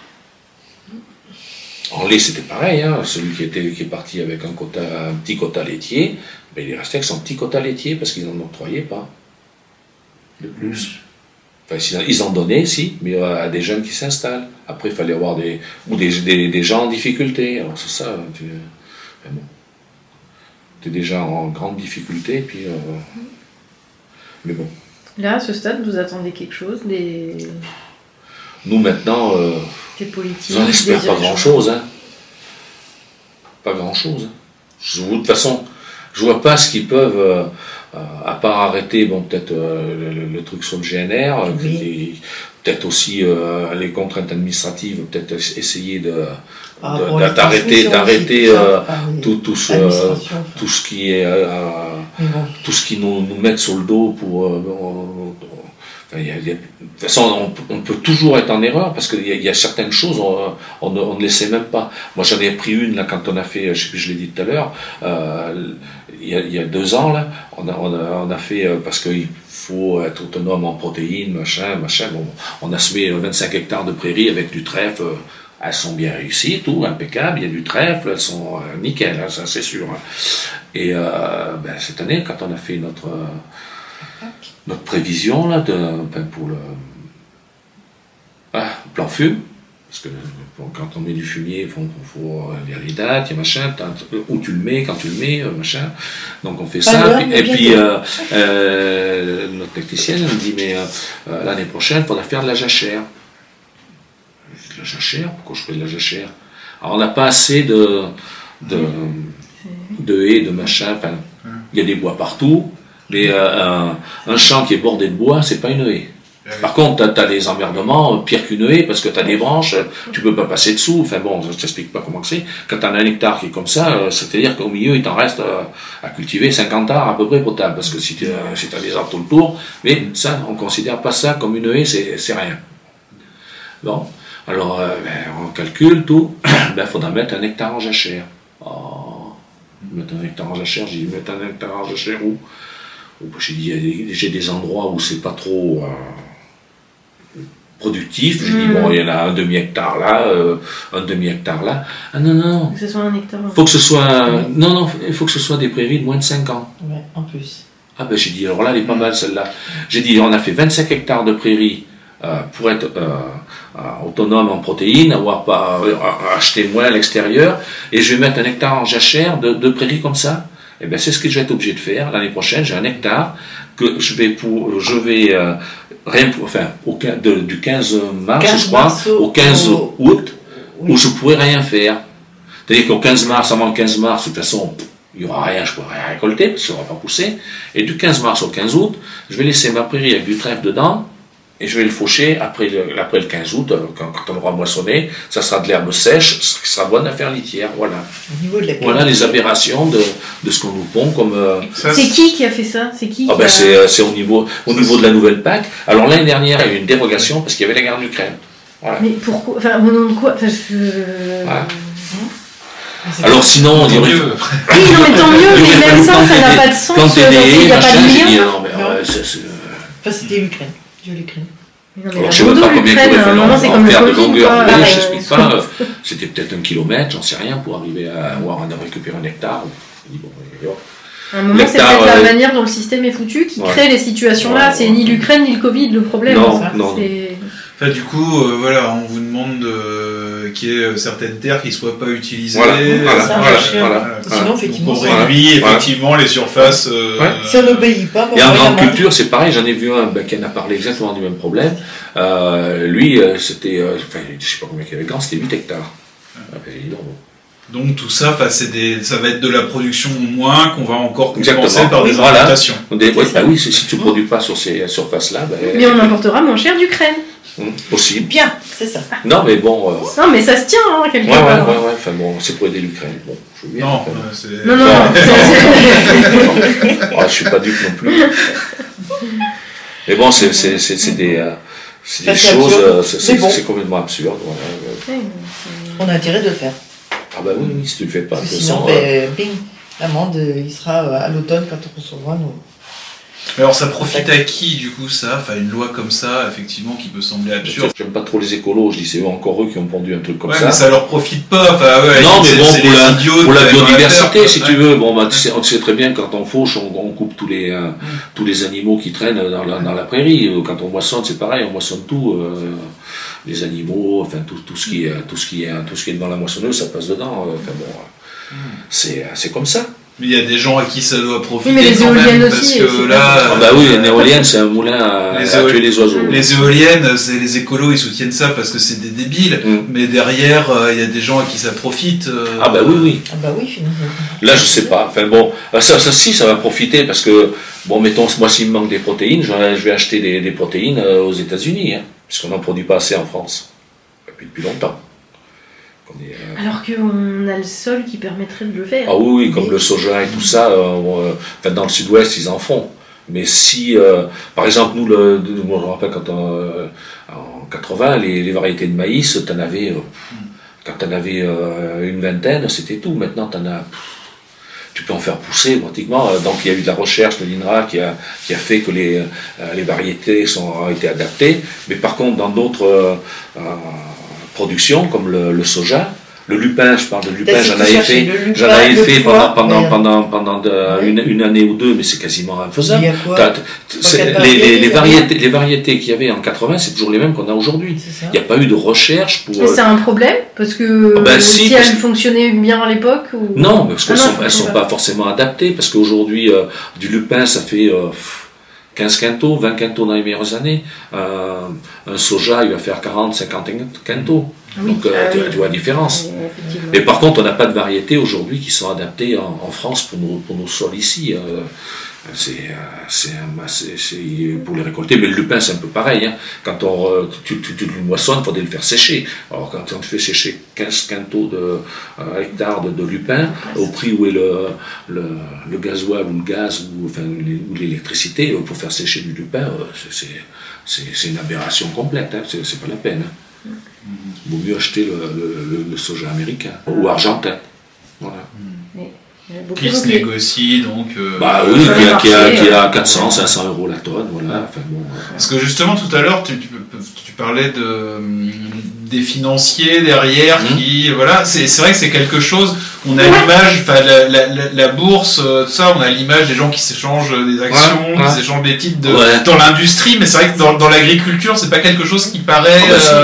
B: En lait, c'était pareil, hein. Celui qui est parti avec un petit quota laitier, ben, il est resté avec son petit quota laitier parce qu'ils n'en octroyaient pas de plus. Enfin, ils en donnaient, si, mais à des jeunes qui s'installent. Après, il fallait avoir des gens en difficulté. Alors c'est ça, tu es déjà en grande difficulté, puis, mais bon.
A: Là, à ce stade, vous attendez quelque chose
B: Nous, maintenant,
A: des politiques,
B: on n'espère pas grand-chose. Hein. Pas grand-chose. De toute façon, je vois pas ce qu'ils peuvent, à part arrêter, bon, peut-être le truc sur le GNR,
C: oui.
B: Peut-être aussi les contraintes administratives, peut-être essayer d'arrêter tout ce qui est tout ce qui nous met sur le dos pour de toute façon, on peut toujours être en erreur parce qu'il y a certaines choses, on ne les sait même pas. Moi, j'en ai pris une là quand on a fait, je sais plus, je l'ai dit tout à l'heure, il y a 2 ans là, on a fait parce qu'il faut être autonome en protéines, machin. Bon, on a semé 25 hectares de prairies avec du trèfle. Elles sont bien réussies, tout impeccable. Il y a du trèfle, elles sont nickel, hein, ça c'est sûr. Et cette année, quand on a fait notre prévision là pour le plan fume, parce que quand on met du fumier, il faut lire les dates, il y a machin, où tu le mets, quand tu le mets, machin. Donc on fait ça, et puis notre technicienne elle me dit mais l'année prochaine, il faudra faire de la jachère. De la jachère, pourquoi je fais de la jachère? Alors on n'a pas assez de haies, de machin, il y a des bois partout. Mais un champ qui est bordé de bois, c'est pas une haie. Par contre, tu as des emmerdements pire qu'une haie parce que tu as des branches, tu peux pas passer dessous. Enfin bon, je t'explique pas comment c'est. Quand tu as 1 hectare qui est comme ça, c'est-à-dire qu'au milieu, il t'en reste à cultiver 50 arts à peu près potables. Parce que si tu as des arbres tout le tour, mais ça, on considère pas ça comme une haie, c'est rien. Bon, alors on calcule tout, il faudra mettre 1 hectare en jachère. Mettre 1 hectare en jachère, j'ai dit mettre 1 hectare en jachère où? J'ai des endroits où c'est pas trop productif. J'ai dit bon, il y en a un demi-hectare là, un demi-hectare là. Ah non.
A: Faut que ce soit 1 hectare.
B: Faut que ce soit il faut que ce soit des prairies de moins de 5 ans.
C: Ouais, en plus.
B: Ah ben j'ai dit alors là elle est pas mal celle-là. J'ai dit on a fait 25 hectares de prairies pour être autonome en protéines, avoir pas acheter moins à l'extérieur, et je vais mettre 1 hectare en jachère de prairies comme ça. Et ben c'est ce que je vais être obligé de faire l'année prochaine. J'ai 1 hectare que je vais du 15 mars, je crois, au 15 août, où je pourrai rien faire. C'est-à-dire qu'au 15 mars, avant le 15 mars, de toute façon, il n'y aura rien, je ne pourrai rien récolter, parce que ça ne va pas pousser. Et du 15 mars au 15 août, je vais laisser ma prairie avec du trèfle dedans, et je vais le faucher après le 15 août, quand on aura moissonné, ça sera de l'herbe sèche, qui sera bonne à faire litière, voilà.
C: Au niveau de la
B: voilà les aberrations de ce qu'on nous pond comme...
A: C'est qui a fait ça? C'est qui
B: c'est au niveau de la nouvelle PAC. Alors l'année dernière, il y a eu une dérogation, parce qu'il y avait la guerre en Ukraine. Voilà.
A: Mais pourquoi? Enfin, au nom de quoi?
B: Voilà. Alors sinon, on dirait...
A: Oui, non mais tant mieux, mais même ça n'a pas de sens.
B: Quand t'es
A: il n'y a pas de lien.
C: Enfin, c'était l'Ukraine. l'Ukraine.
B: Alors, je ne sais même pas combien il faudrait faire en termes de longueur. Je n'explique pas. C'était peut-être 1 kilomètre, j'en sais rien, pour arriver à récupérer 1 hectare.
A: À un moment, c'est peut-être la manière dont le système est foutu qui crée les situations-là. C'est ni l'Ukraine ni le Covid le problème.
B: Non.
D: Enfin, du coup, voilà, on vous demande qu'il y ait certaines terres qui ne soient pas utilisées.
B: Voilà.
C: Sinon, effectivement,
D: on réduit effectivement les surfaces.
C: Si on n'obéit pas.
B: Et en grande culture, c'est pareil. J'en ai vu un qui en a parlé exactement du même problème. Lui, c'était, je ne sais pas combien il y avait grand, c'était 8 hectares.
D: Donc tout ça, ça va être de la production moins qu'on va encore compenser
B: Exactement.
D: par des
B: Voilà.
D: importations.
B: Oui, si tu ne produis pas sur ces surfaces-là,
A: Mais on importera moins cher d'Ukraine.
B: Possible.
C: Bien, c'est ça.
B: Non, mais bon.
A: Non, mais ça se tient, hein, quelque
B: Ouais.
A: part.
B: Enfin bon, c'est pour aider l'Ukraine. Bon, je veux bien.
D: Non,
B: enfin,
D: c'est...
A: Non.
B: Je suis pas dupe non plus. Mais bon, c'est des
C: C'est
B: choses,
C: absurde. Mais bon.
B: c'est complètement absurde. Voilà.
C: On a intérêt de le faire.
B: Ah bah oui, si tu le fais pas,
C: Parce
B: de
C: que
B: toute
C: sinon,
B: façon,
C: bing, l'amende, il sera à l'automne quand on recevra nos...
D: Alors ça profite à qui du coup ça? Enfin une loi comme ça, effectivement, qui peut sembler absurde.
B: j'aime pas trop les écolos, je dis c'est encore eux qui ont pondu un truc comme
D: Ouais,
B: ça.
D: mais ça leur profite pas. Enfin, ouais,
B: Non, mais bon,
D: c'est les idiots
B: pour la
D: qui vont
B: biodiversité,
D: faire,
B: si
D: quoi.
B: tu veux, bon, bah, on sait très bien quand on fauche, on coupe tous les animaux qui traînent dans la prairie. Quand on moissonne, c'est pareil, on moissonne tout, les animaux, enfin tout ce qui est dans la moissonneuse, ça passe dedans. Enfin bon, c'est comme ça.
D: Mais il y a des gens à qui ça doit profiter.
A: Oui, mais les
D: quand même,
A: éoliennes
D: parce
A: aussi,
D: que
A: c'est
D: là,
B: Ah bah oui, une éolienne, c'est un moulin à tuer les oiseaux.
D: les éoliennes, c'est les écolos, ils soutiennent ça parce que c'est des débiles. Mais derrière, il y a des gens à qui ça profite.
B: Ah bah oui.
C: Ah bah oui, finalement.
B: Là, je sais pas. Enfin bon, ça va profiter parce que, bon, mettons, moi, s'il me manque des protéines, je vais acheter des protéines aux États-Unis, hein, puisqu'on n'en produit pas assez en France. Depuis longtemps.
A: Alors qu'on a le sol qui permettrait de le faire.
B: Ah oui, comme le soja et tout ça, enfin, dans le sud-ouest, ils en font. Mais si, par exemple, nous, je me rappelle quand en 80, les variétés de maïs, t'en avais, quand t'en avais une vingtaine, c'était tout. Maintenant, tu peux en faire pousser pratiquement. Donc il y a eu de la recherche de l'INRA qui a fait que les variétés ont été adaptées. Mais par contre, dans d'autres productions, comme le soja, le lupin, je parle de lupin, j'en avais fait pendant une année ou deux, mais c'est quasiment infaisable. Les variétés qu'il y avait en 80, c'est toujours les mêmes qu'on a aujourd'hui. Il n'y a pas eu de recherche pour...
A: Mais c'est un problème, parce que si elles fonctionnaient bien à l'époque ou...
B: Non, parce qu'elles ne sont pas forcément adaptées, parce qu'aujourd'hui, du lupin, ça fait 15 quintaux, 20 quintaux dans les meilleures années. Un soja, il va faire 40, 50 quintaux.
A: Oui,
B: donc tu vois la différence. Mais par contre, on n'a pas de variétés aujourd'hui qui sont adaptées en France pour nos sols ici. C'est pour les récolter, mais le lupin c'est un peu pareil. Hein. Quand tu le moissonnes, il faudrait le faire sécher. Alors quand on fait sécher 15 quintaux de hectares de lupin, au prix où est le gasoil ou le gaz ou l'électricité, pour faire sécher du lupin, c'est une aberration complète. Hein. C'est pas la peine. Hein. Il vaut mieux acheter le soja américain ou argentin. Voilà.
D: Qui se négocie donc.
B: Bah oui, qui a 400, 500 euros la tonne, voilà. Enfin, bon,
D: Parce que justement tout à l'heure tu parlais des financiers derrière qui voilà, c'est vrai que c'est quelque chose. On a l'image, enfin la bourse, tout ça, on a l'image des gens qui s'échangent des actions, qui s'échangent des titres dans l'industrie, mais c'est vrai que dans l'agriculture c'est pas quelque chose qui paraît.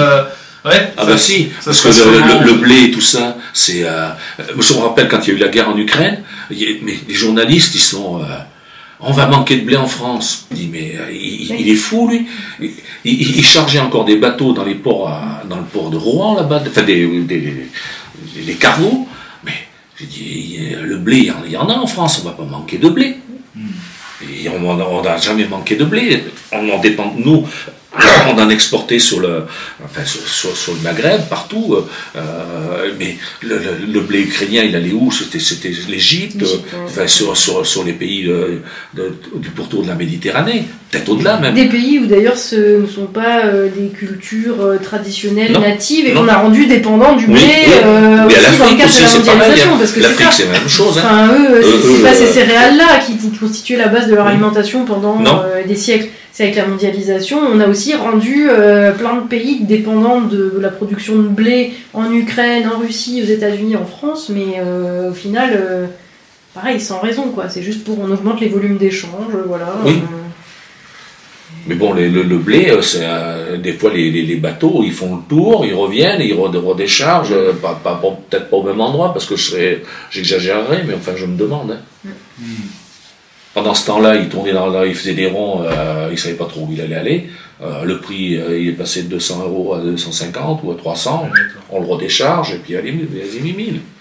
B: Parce que le blé et tout ça, c'est... je me rappelle quand il y a eu la guerre en Ukraine, mais les journalistes, ils sont... on va manquer de blé en France. Je dis, mais il est fou, lui. Il chargeait encore des bateaux dans le port de Rouen, là-bas, enfin des cargos. Mais j'ai dit, le blé, il y en a en France, on va pas manquer de blé. Et on n'a jamais manqué de blé. On en dépend, nous... On en exportait sur le Maghreb, partout, mais le blé ukrainien, il allait où? C'était l'Égypte, sur les pays du pourtour de la Méditerranée, peut-être au-delà même.
A: Des pays où d'ailleurs ce ne sont pas des cultures traditionnelles, natives, et qu'on a rendu dépendants du blé aussi dans le cadre de la mondialisation. Parce que
B: l'Afrique, c'est la même chose.
A: Enfin, c'est pas ces céréales-là qui constituaient la base de leur alimentation pendant des siècles. C'est avec la mondialisation, on a aussi rendu plein de pays dépendants de la production de blé en Ukraine, en Russie, aux États-Unis, en France, mais au final, pareil, sans raison, quoi. C'est juste pour on augmente les volumes d'échange, voilà.
B: Oui. Mais bon, le blé, des fois les bateaux, ils font le tour, ils reviennent, ils redéchargent, peut-être pas au même endroit, parce que j'exagérerais, mais enfin je me demande. Hein. Pendant ce temps-là, il tournait il faisait des ronds, il ne savait pas trop où il allait aller. Le prix, il est passé de 200 euros à 250 ou à 300. On le redécharge et puis allez, 1000.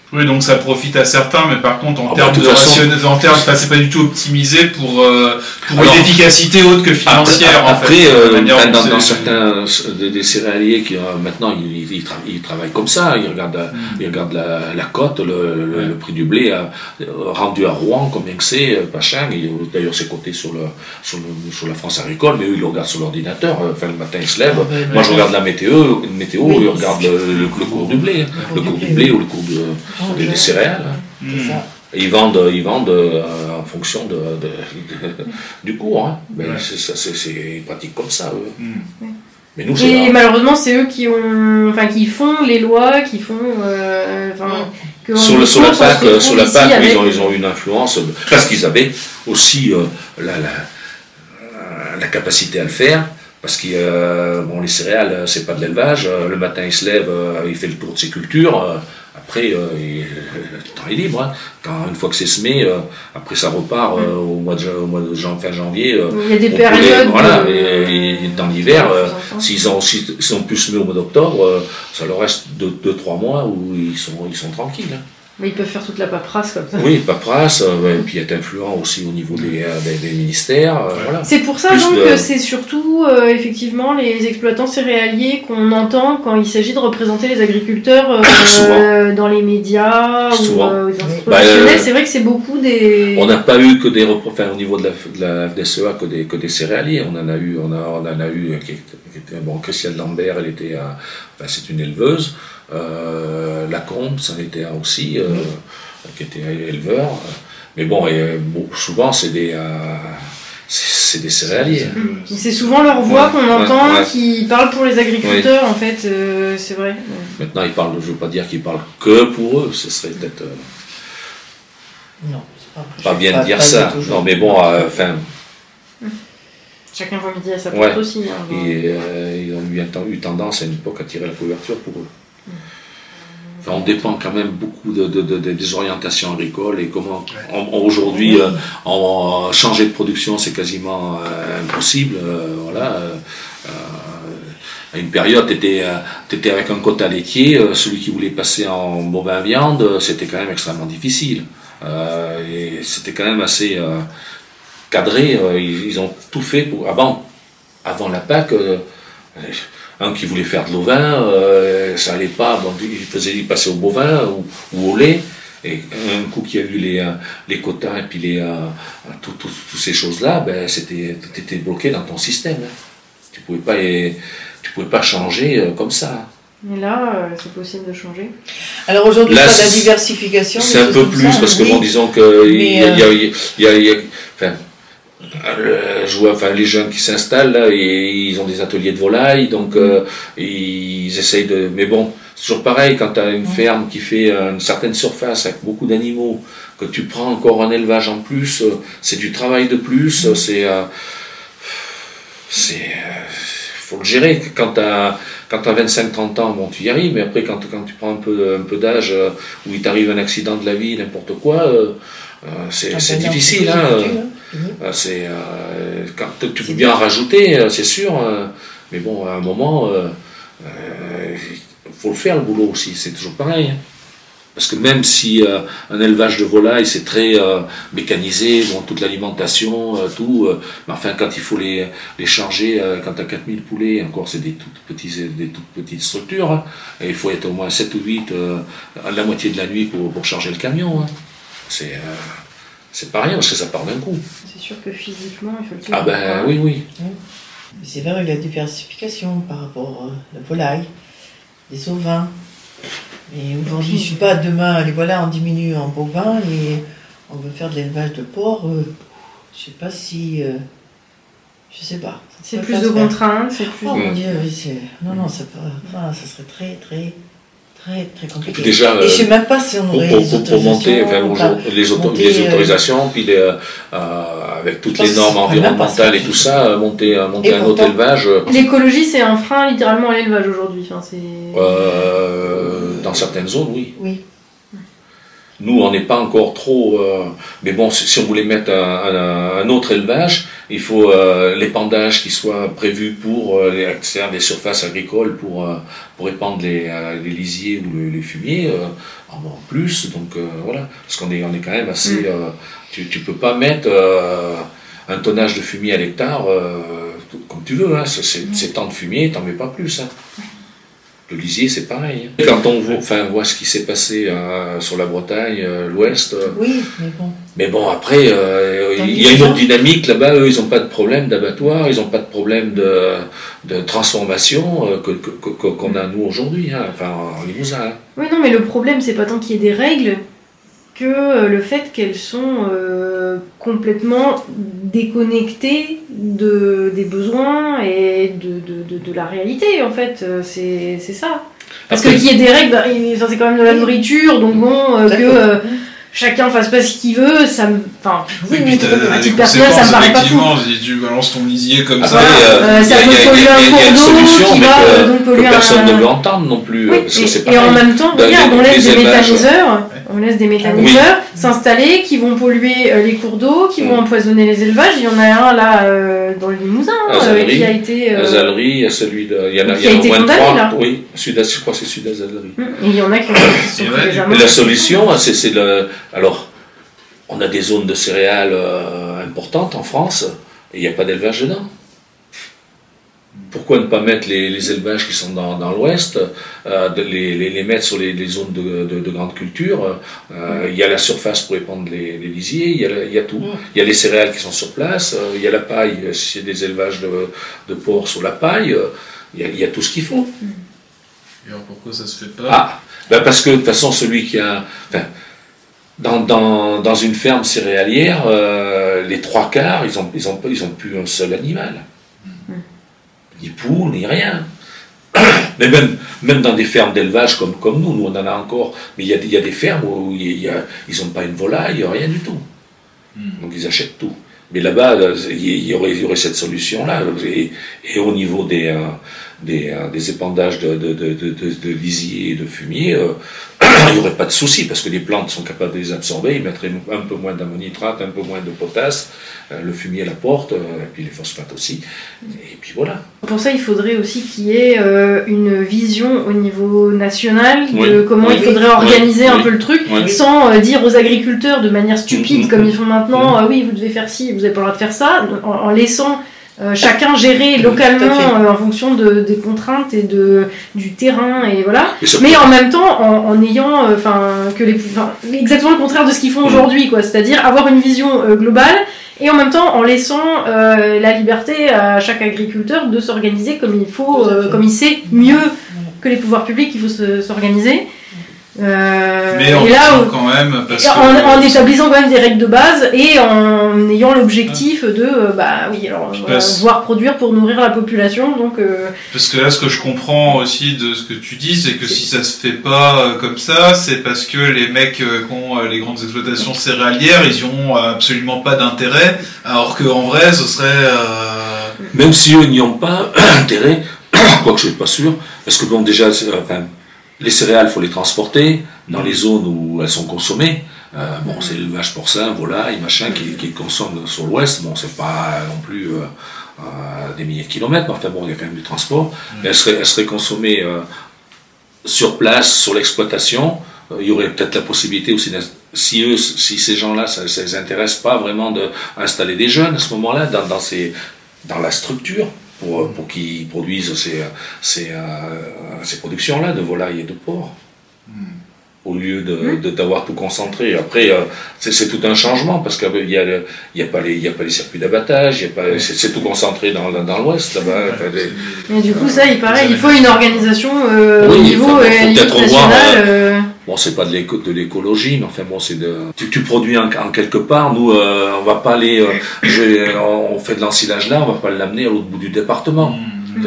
D: Oui, donc ça profite à certains, mais par contre, en termes
B: de
D: c'est pas du tout optimisé pour une efficacité autre que financière.
B: Dans certains des céréaliers qui maintenant ils travaillent comme ça, ils regardent la cote, le prix du blé rendu à Rouen, combien que c'est, pas cher. D'ailleurs, c'est coté sur la France agricole, mais eux ils le regardent sur l'ordinateur. Enfin, le matin ils se lèvent. Moi, je regarde la météo, ils regardent le cours du blé, le cours du blé ou le cours des céréales. Et ils vendent en fonction du cours. Hein. Mais c'est pratique comme ça. Mais nous,
A: et malheureusement, c'est eux qui font les lois, qui font.
B: Sur la PAC, ils ont une influence parce qu'ils avaient aussi la capacité à le faire. Parce que les céréales, c'est pas de l'élevage. Le matin, il se lève, il fait le tour de ses cultures. Après, le temps est libre. Hein. Une fois que c'est semé, après ça repart au mois de fin janvier.
A: Il y a des périodes.
B: Et dans l'hiver, s'ils ont pu semer au mois d'octobre, ça leur reste 2-3 mois où ils sont tranquilles. Hein.
A: Mais ils peuvent faire toute la paperasse comme ça.
B: Oui, paperasse, et puis être influent aussi au niveau des ministères. Voilà.
A: C'est pour ça que c'est surtout effectivement les exploitants céréaliers qu'on entend quand il s'agit de représenter les agriculteurs dans les médias ou aux institutionnels. C'est vrai que c'est beaucoup des...
B: On n'a pas eu que des au niveau de la FDSEA que des céréaliers. On en a eu Christiane Lambert, c'est une éleveuse. Lacombe, ça en était un aussi, qui était éleveur. Mais souvent, c'est des céréaliers.
A: C'est souvent leur voix qu'on entend qui parle pour les agriculteurs, en fait, c'est vrai.
B: Maintenant, je ne veux pas dire qu'ils parlent que pour eux, ce serait peut-être...
C: non,
B: c'est pas bien de dire ça. Non, mais
A: chacun voit midi à sa porte aussi. Hein,
B: et ils ont eu tendance à une époque à tirer la couverture pour eux. Enfin, on dépend quand même beaucoup des orientations agricoles et comment aujourd'hui changer de production c'est quasiment impossible. À une période, tu étais avec un quota laitier, celui qui voulait passer en bovin viande, c'était quand même extrêmement difficile. Et c'était quand même assez cadré. Ils ont tout fait pour avant la PAC. Un qui voulait faire de l'ovin, ça allait pas, donc il passait au bovin ou au lait. Et un coup qu'il y a eu les quotas et puis toutes ces choses-là, t'étais bloqué dans ton système. Hein. Tu pouvais pas changer comme ça.
A: Mais là, c'est possible de changer.
C: Alors aujourd'hui, pas de la diversification.
B: C'est un peu plus parce que disons que je vois, les jeunes qui s'installent là, et ils ont des ateliers de volailles, donc ils essayent de. Mais bon, c'est toujours pareil quand tu as une ferme qui fait une certaine surface avec beaucoup d'animaux, que tu prends encore un élevage en plus, c'est du travail de plus, faut le gérer. Quand tu as 25-30 ans, tu y arrives, mais après quand tu prends un peu d'âge, où il t'arrive un accident de la vie, n'importe quoi, c'est difficile. Quand tu peux bien en rajouter, c'est sûr, mais bon, à un moment, faut le faire le boulot aussi, c'est toujours pareil. Parce que même si un élevage de volailles c'est très mécanisé, toute l'alimentation, mais enfin quand il faut les charger, quand tu as 4000 poulets, encore c'est des toutes petites structures, hein, et il faut être au moins 7 ou 8 à la moitié de la nuit pour charger le camion. Hein. C'est pas rien parce que ça part d'un coup.
A: C'est sûr que physiquement il faut le faire.
B: Oui.
C: C'est vrai, la diversification par rapport à la volaille, les ovins. Et aujourd'hui, je ne suis pas demain, les voilà, on diminue en bovin et on veut faire de l'élevage de porc. Je sais pas si. Je sais pas.
A: C'est plus de contraintes, c'est plus.
C: Oh mon Dieu, non, ça serait très, très, très, très compliqué.
B: Déjà,
C: et je sais même pas si on aurait
B: pour monter, les autorisations, puis avec toutes les normes environnementales et tout ça, monter un autre élevage.
A: L'écologie, c'est un frein littéralement à l'élevage aujourd'hui.
B: Dans certaines zones, oui. Nous, on n'est pas encore trop... mais bon, si on voulait mettre un autre élevage, il faut l'épandage qui soit prévu pour faire des surfaces agricoles pour épandre les lisiers ou les fumiers en plus. Donc voilà, parce qu'on est quand même assez... tu peux pas mettre un tonnage de fumier à l'hectare comme tu veux. Hein, c'est tant de fumier, t'en mets pas plus. Hein. Le lisier, c'est pareil. Quand on voit ce qui s'est passé sur la Bretagne, l'Ouest.
C: Oui, mais bon.
B: Mais bon, après, il y a une autre dynamique. Là-bas, eux, ils n'ont pas de problème d'abattoir, ils n'ont pas de problème de transformation qu'on a nous aujourd'hui, hein, enfin en Limousin. Hein.
A: Oui, non, mais le problème, c'est pas tant qu'il y ait des règles que le fait qu'elles sont complètement déconnectées des besoins et de la réalité, en fait. C'est ça. Parce que qu'il y ait des règles, c'est quand même de la nourriture, donc bon, chacun fasse pas ce qu'il veut, ça me... Enfin,
D: oui, mais
A: à titre personnel, ça me paraît pas fou.
D: Si tu balances ton lisier comme ça...
A: ça peut polluer un cours d'eau qui va donc polluer un...
B: Personne ne veut entendre non plus.
A: Oui,
B: parce que c'est
A: et en même temps, regarde, on laisse des méthaniseurs s'installer qui vont polluer les cours d'eau, qui vont empoisonner les élevages. Il y en a un là dans le Limousin qui a été...
B: Azalerie, il y a celui de...
A: Il y en a au moins 3.
B: Oui, je crois que c'est celui d'Azalerie.
A: Et il y en a qui sont pris les amendes.
B: La solution, c'est alors, on a des zones de céréales importantes en France, et il n'y a pas d'élevage dedans. Pourquoi ne pas mettre les élevages qui sont dans l'ouest, les mettre sur les zones de grande culture. Il y a la surface pour épandre les lisiers, il y a tout. Il y a les céréales qui sont sur place, il y a la paille, s'il y a des élevages de porcs sur la paille, il y a tout ce qu'il faut.
D: Et alors pourquoi ça se fait pas?
B: Parce que de toute façon, celui qui a... Dans une ferme céréalière, les 3/4, ils ont plus un seul animal. Ni poule, ni rien. Mais même dans des fermes d'élevage comme nous on en a encore, mais il y a des fermes où ils n'ont pas une volaille, rien du tout. Donc ils achètent tout. Mais là-bas, il y aurait cette solution-là. Et au niveau des épandages de lisier et de fumier, il n'y aurait pas de souci, parce que les plantes sont capables de les absorber, ils mettraient un peu moins d'ammonitrate, un peu moins de potasse, le fumier l'apporte, et puis les phosphates aussi, et puis voilà.
A: Pour ça, il faudrait aussi qu'il y ait une vision au niveau national de comment il faudrait organiser un peu le truc, sans dire aux agriculteurs de manière stupide, comme ils font maintenant, oui, vous devez faire ci, vous n'avez pas le droit de faire ça, en laissant... chacun gérer localement en fonction des contraintes et du terrain et voilà, mais en même temps en ayant exactement le contraire de ce qu'ils font aujourd'hui, quoi, c'est-à-dire avoir une vision globale et en même temps en laissant la liberté à chaque agriculteur de s'organiser comme il faut, comme il sait mieux que les pouvoirs publics, il faut s'organiser.
D: Mais quand même,
A: en établissant quand même des règles de base et en ayant l'objectif de voir produire pour nourrir la population. Donc,
D: parce que là, ce que je comprends aussi de ce que tu dis, c'est que si ça se fait pas comme ça, c'est parce que les mecs qui ont les grandes exploitations céréalières, ils y ont absolument pas d'intérêt, alors qu'en vrai, ce serait...
B: Même si eux n'y ont pas intérêt, quoique je suis pas sûr, parce que bon, déjà... les céréales, il faut les transporter dans les zones où elles sont consommées. C'est l'élevage porcin, volaille, machin, qui consomme sur l'ouest. Bon, c'est pas non plus des milliers de kilomètres, mais enfin bon, il y a quand même du transport. Elle serait consommée sur place, sur l'exploitation. Il y aurait peut-être la possibilité aussi, si ces gens-là, ça les intéresse pas vraiment d'installer des jeunes à ce moment-là dans la structure. Pour qu'ils produisent ces productions-là de volailles et de porc, au lieu d'avoir tout concentré. Après, c'est tout un changement, parce qu'il n'y a pas les circuits d'abattage, c'est tout concentré dans l'ouest, là-bas.
A: Mais du coup, ça, il faut une organisation au niveau national.
B: Bon, c'est pas de l'écologie, mais enfin bon, c'est tu produis en quelque part. Nous, on va pas aller, on fait de l'ensilage là, on va pas l'amener à l'autre bout du département.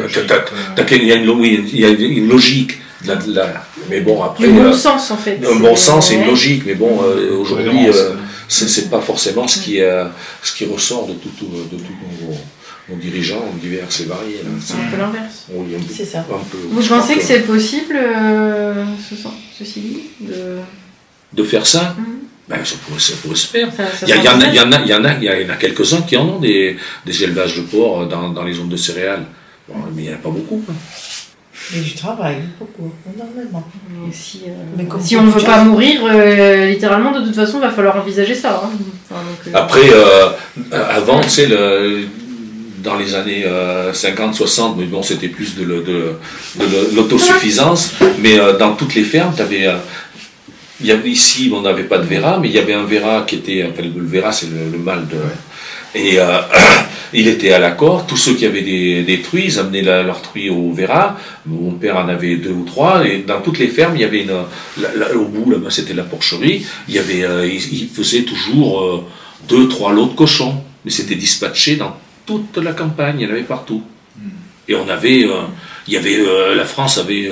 B: Il y a une logique. Mais bon, après.
A: Un bon sens, en fait.
B: Un bon sens et une logique, mais bon, aujourd'hui, c'est pas forcément ce qui ressort de tous nos dirigeants divers et variés.
A: C'est un peu l'inverse.
B: Oui,
C: c'est ça.
A: Vous pensez que c'est possible, ceci dit,
B: de faire ça, ben, ça pourrait se faire.
A: Ça
B: Il y en a quelques-uns qui en ont des élevages de porcs dans les zones de céréales. Bon, mais il n'y en a pas beaucoup. Hein.
C: Il y a du travail, beaucoup, énormément.
A: Mais si
C: si
A: on ne veut pas mourir, littéralement, de toute façon, il va falloir envisager ça. Hein. Enfin, donc,
B: Après, avant, tu sais, dans les années 50-60, mais bon, c'était plus de l'autosuffisance, mais dans toutes les fermes, il y avait ici, on n'avait pas de Véra, mais il y avait un Véra qui était, enfin, le Véra, c'est le mâle de... Et il était à l'accord, tous ceux qui avaient des truies, ils amenaient leurs truies au Véra. Mon père en avait 2 ou 3, et dans toutes les fermes, il y avait au bout, là-bas, c'était la porcherie, il faisait toujours 2-3 lots de cochons, mais c'était dispatché dans toute la campagne, il y en avait partout. Et on avait, la France avait,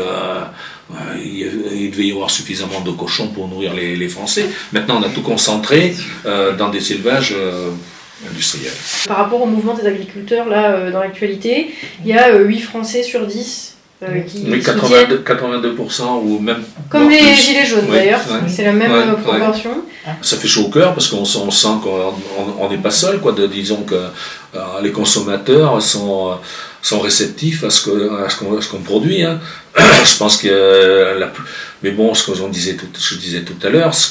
B: il devait y avoir suffisamment de cochons pour nourrir les Français. Maintenant, on a tout concentré dans des élevages industriels.
A: Par rapport au mouvement des agriculteurs, là, dans l'actualité, il y a 8 Français sur 10 qui soutiennent...
B: 82% ou même...
A: Comme les gilets jaunes, d'ailleurs, c'est la même proportion.
B: Ça fait chaud au cœur, parce qu'on sent qu'on n'est pas seul, quoi. Disons que les consommateurs sont réceptifs à ce qu'on produit. Hein. Je pense que... mais bon, je disais tout à l'heure,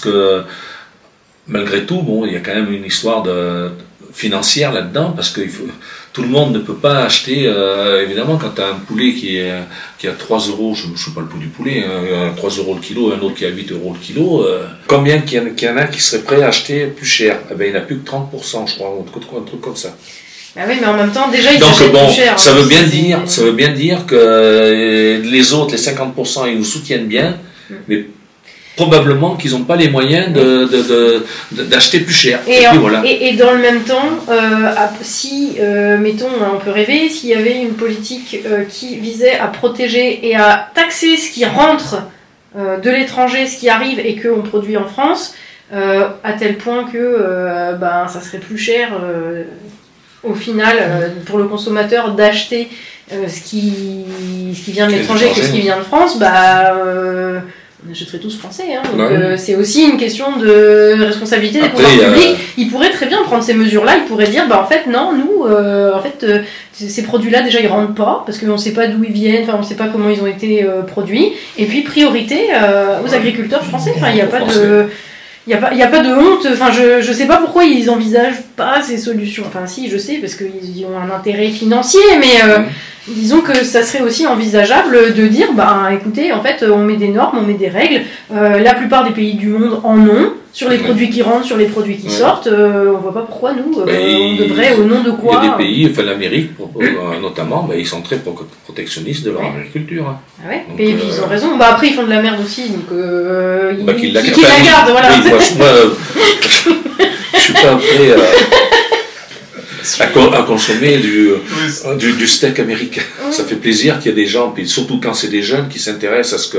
B: malgré tout, bon, il y a quand même une histoire financière là-dedans, parce que tout le monde ne peut pas acheter, évidemment, quand tu as un poulet qui a 3 euros, je ne sais pas le prix du poulet, 3 euros le kilo, un autre qui a 8 euros le kilo, combien qu'il y en a qui seraient prêts à acheter plus cher? Eh ben, il n'y en a plus que 30%, je crois, un truc comme ça.
A: Ah oui, mais en même temps, déjà, ils
B: Donc
A: achètent
B: bon,
A: plus cher.
B: Ça veut bien dire que les autres, les 50%, ils nous soutiennent bien, mais probablement qu'ils n'ont pas les moyens d'acheter plus cher.
A: Et dans le même temps, si, mettons, on peut rêver, s'il y avait une politique qui visait à protéger et à taxer ce qui rentre de l'étranger, ce qui arrive et qu'on produit en France, à tel point que ça serait plus cher au final pour le consommateur d'acheter ce qui vient de l'étranger que ce qui vient de France, on achèterait tous français. Hein. Donc, c'est aussi une question de responsabilité des pouvoirs publics. Ils pourraient très bien prendre ces mesures-là. Ils pourraient dire, en fait, non, nous, ces produits-là, déjà, ils rentrent pas, parce qu'on ne sait pas d'où ils viennent, on ne sait pas comment ils ont été produits. Et puis, priorité aux agriculteurs français. Enfin, il n'y a pas de... Il n'y a pas de honte, je sais pas pourquoi ils envisagent pas ces solutions. Enfin si, je sais, parce qu'ils ont un intérêt financier, mais disons que ça serait aussi envisageable de dire, écoutez, en fait, on met des normes, on met des règles, la plupart des pays du monde en ont, sur les produits qui rentrent, sur les produits qui sortent, on voit pas pourquoi nous, on devrait, au nom de quoi...
B: Il y a des pays, l'Amérique notamment, ils sont très protectionnistes de leur agriculture. Hein.
A: Ah ouais, donc, ils ont raison. Après, ils font de la merde aussi, donc
B: qu'ils la
A: gardent, voilà.
B: Oui, moi, je suis pas prêt à consommer du steak américain. Ça fait plaisir qu'il y ait des gens, puis surtout quand c'est des jeunes qui s'intéressent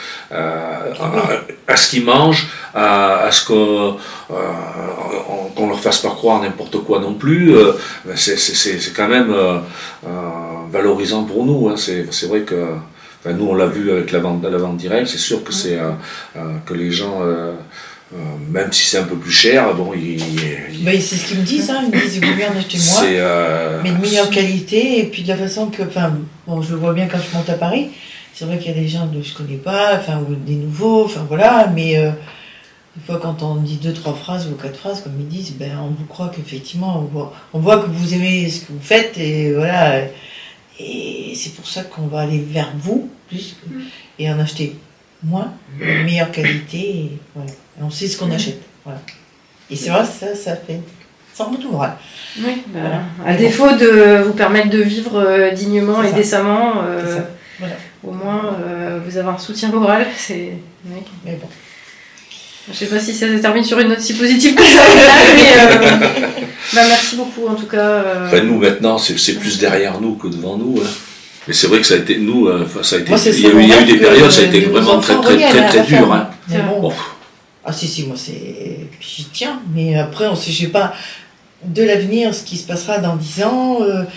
B: à ce qu'ils mangent, à ce qu'on leur fasse pas croire n'importe quoi non plus. C'est quand même valorisant pour nous. Hein. C'est vrai que nous on l'a vu avec la vente directe. C'est sûr que que les gens même si c'est un peu plus cher,
C: c'est ce qu'ils me disent, ils me disent ils veulent bien acheter moi, mais de meilleure qualité, et puis de la façon que, je le vois bien quand je monte à Paris, c'est vrai qu'il y a des gens que je connais pas, ou des nouveaux, mais des fois quand on dit 2-3 phrases ou 4 phrases, comme ils disent, on vous croit qu'effectivement, on voit que vous aimez ce que vous faites, et voilà, et c'est pour ça qu'on va aller vers vous, plus, et en acheter moins, de meilleure qualité, et voilà. On sait ce qu'on achète. Voilà. Et c'est vrai, ça remonte au moral.
A: Oui, à défaut de vous permettre de vivre dignement et décemment, au moins vous avez un soutien moral. Mais bon. Je ne sais pas si ça se termine sur une note si positive que ça, mais merci beaucoup en tout cas.
B: Nous maintenant, c'est plus derrière nous que devant nous. Hein. Mais c'est vrai que ça a été, il y a eu des périodes, ça a été vraiment très dur. Hein.
C: Bon. Ah si, moi j'y tiens, mais après on sait, je sais pas, de l'avenir, ce qui se passera dans 10 ans,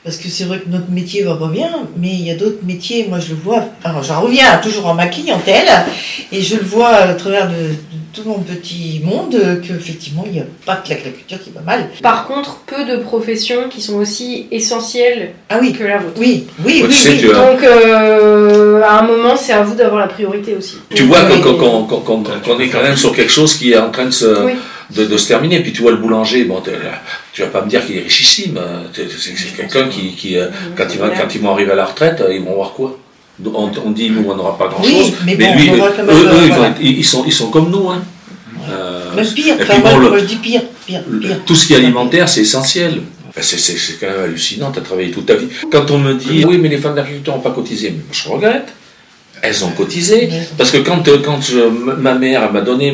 C: Parce que c'est vrai que notre métier va pas bien, mais il y a d'autres métiers, moi je le vois, alors j'en reviens toujours à ma clientèle, et je le vois à travers de tout mon petit monde, qu'effectivement il n'y a pas que l'agriculture qui va mal.
A: Par contre, peu de professions qui sont aussi essentielles que la vôtre.
C: Oui.
A: Donc, à un moment, c'est à vous d'avoir la priorité aussi.
B: Tu vois qu'on est quand même sur quelque chose qui est en train de se terminer. Puis tu vois le boulanger, bon, tu vas pas me dire qu'il est richissime. C'est quelqu'un qui quand ils vont arriver à la retraite, ils vont voir quoi? On dit nous on n'aura pas grand chose,
C: mais
B: lui,
C: voilà.
B: ils sont comme nous. Hein.
C: Même pire,
B: moi
C: je dis pire.
B: Tout ce qui est alimentaire, c'est essentiel. C'est quand même hallucinant, tu as travaillé toute ta vie. Quand on me dit oui mais les femmes d'agriculteurs n'ont pas cotisé, mais je regrette. Elles ont cotisé, parce que quand ma mère m'a donné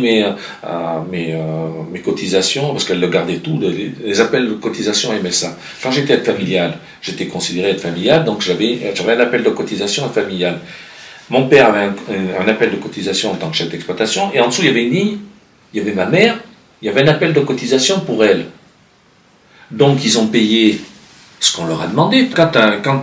B: mes cotisations, parce qu'elle le gardait tout, les appels de cotisation MSA. Quand j'étais aide familiale, j'étais considéré aide familiale, donc j'avais un appel de cotisation aide familiale. Mon père avait un appel de cotisation en tant que chef d'exploitation, et en dessous il y avait une ligne, il y avait ma mère, il y avait un appel de cotisation pour elle. Donc ils ont payé ce qu'on leur a demandé. Quand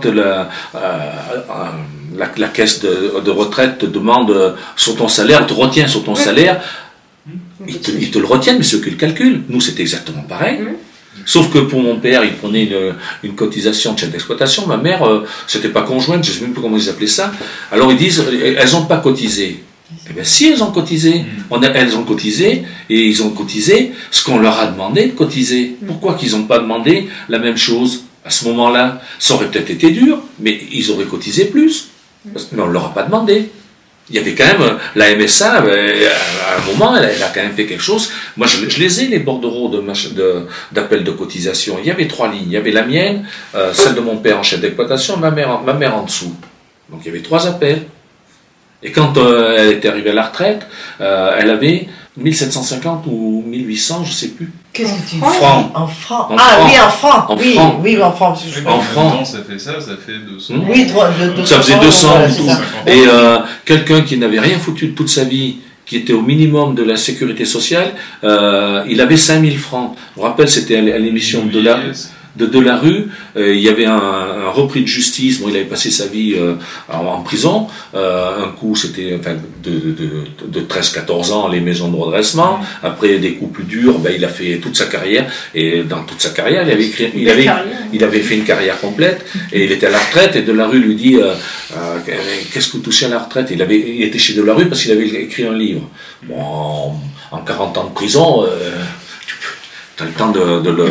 B: la caisse de retraite te demande sur ton salaire, te retient sur ton salaire, ils te le retiennent, mais c'est eux qui le calculent. Nous, c'était exactement pareil. Sauf que pour mon père, il prenait une cotisation de chef d'exploitation. Ma mère, c'était pas conjointe, je ne sais même plus comment ils appelaient ça. Alors ils disent, elles n'ont pas cotisé. Eh bien si, elles ont cotisé. Elles ont cotisé, et ils ont cotisé ce qu'on leur a demandé de cotiser. Pourquoi qu'ils n'ont pas demandé la même chose à ce moment-là? Ça aurait peut-être été dur, mais ils auraient cotisé plus. Mais on ne leur a pas demandé. Il y avait quand même, la MSA, à un moment, elle a quand même fait quelque chose. Moi, je les ai, les bordereaux d'appel de cotisation. Il y avait 3 lignes. Il y avait la mienne, celle de mon père en chef d'exploitation, ma mère en dessous. Donc, il y avait 3 appels. Et quand elle était arrivée à la retraite, elle avait 1750 ou 1800, je ne sais plus.
C: Qu'est-ce que tu dis?
B: Francs.
C: En francs.
B: Oui, en
C: francs.
B: Oui,
C: en francs.
D: En francs, ça fait 200.
C: Oui, 200.
B: Ça faisait 200
C: voilà,
B: ou tout. Et quelqu'un qui n'avait rien foutu de toute sa vie, qui était au minimum de la sécurité sociale, il avait 5000 francs. Je me rappelle, c'était à l'émission de la rue, il y avait un repris de justice. Bon, il avait passé sa vie en prison. Un coup, c'était de 13-14 ans, les maisons de redressement. Après, des coups plus durs, il a fait toute sa carrière. Et dans toute sa carrière, il avait fait une carrière complète. Et il était à la retraite. Et de la rue lui dit qu'est-ce que vous touchez à la retraite? Il était chez de la rue parce qu'il avait écrit un livre. Bon, en 40 ans de prison. Tu as le temps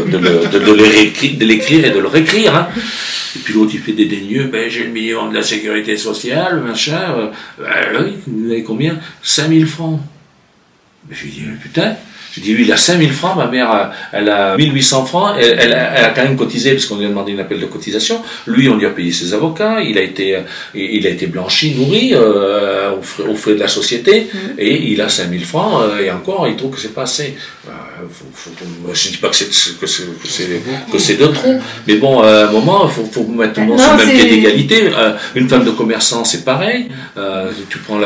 B: de l'écrire et de le réécrire. Hein. Et puis l'autre, il fait des dédaigneux. J'ai le million de la sécurité sociale, machin. Vous avez combien? 5000 francs. J'ai dit, putain. J'ai dit, lui, il a 5000 francs, ma mère, elle a 1800 francs, elle a quand même cotisé, parce qu'on lui a demandé un appel de cotisation. Lui, on lui a payé ses avocats, il a été blanchi, nourri, aux frais de la société, et il a 5000 francs, et encore, il trouve que c'est pas assez. Je dis pas que c'est de trop, mais bon, à un moment, il faut mettre tout le monde sur le même pied d'égalité. Une femme de commerçant, c'est pareil. Tu prends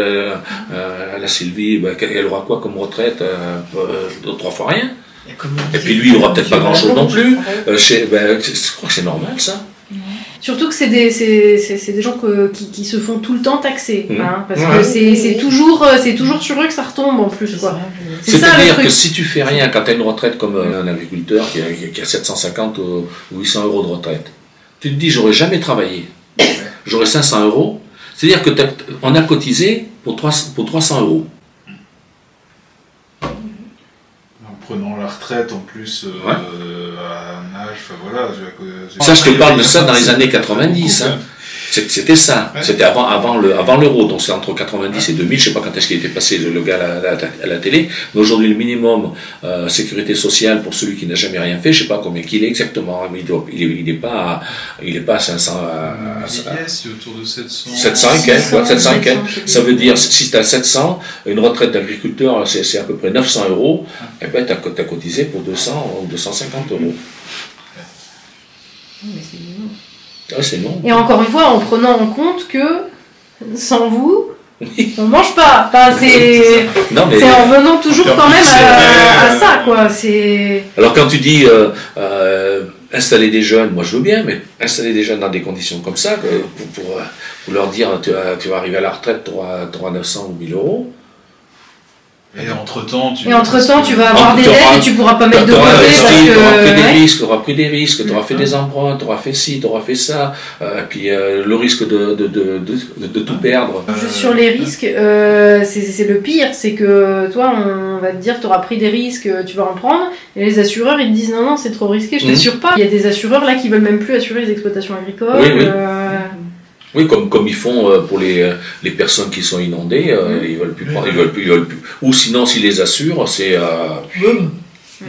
B: la Sylvie, elle aura quoi comme retraite? 3 fois rien. Et puis lui, il aura peut-être pas grand-chose non plus. Je crois que c'est normal, ça.
A: Surtout que c'est des gens qui se font tout le temps taxer, parce que c'est toujours sur eux que ça retombe en plus.
B: C'est-à-dire que si tu fais rien quand tu as une retraite comme un agriculteur qui a 750 ou 800 euros de retraite, tu te dis j'aurais jamais travaillé, j'aurais 500 euros, c'est-à-dire que on a cotisé pour 300 euros.
D: En prenant la retraite en plus à un âge, voilà.
B: Ça, je te parle de ça dans les années 90. Hein. C'était ça. Ouais. C'était avant l'euro. Donc c'est entre 90 et 2000. Je ne sais pas quand est-ce qu'il était passé le gars à la télé. Mais aujourd'hui, le minimum sécurité sociale pour celui qui n'a jamais rien fait, je ne sais pas combien qu'il est exactement. Mais il n'est pas à 500.
D: C'est autour de 700.
B: 700 et quelques. Ça veut dire, si tu as 700, une retraite d'agriculteur, c'est à peu près 900 euros. Et ben, tu as cotisé pour 200 ou 250 euros.
A: Mais c'est énorme.
B: Ah, c'est long.
A: Et encore une fois, en prenant en compte que sans vous, on mange pas. Enfin, c'est en venant toujours quand même à ça, quoi.
B: Alors quand tu dis installer des jeunes, moi je veux bien, mais installer des jeunes dans des conditions comme ça, pour leur dire tu vas arriver à la retraite, tu auras 900 ou 1000 euros.
D: Et entre-temps, tu
A: vas avoir des dettes et tu pourras pas mettre de côté
B: tu auras pris des risques, tu auras fait des emprunts, tu auras fait ci, tu auras fait ça, puis le risque de tout perdre.
A: Juste sur les risques, c'est le pire, c'est que toi, on va te dire tu auras pris des risques, tu vas en prendre, et les assureurs, ils te disent non, c'est trop risqué, je t'assure pas. Il y a des assureurs là qui veulent même plus assurer les exploitations agricoles.
B: Oui, comme ils font pour les personnes qui sont inondées, ils veulent plus prendre, ils veulent plus. Ou sinon, s'ils les assurent, c'est tu peux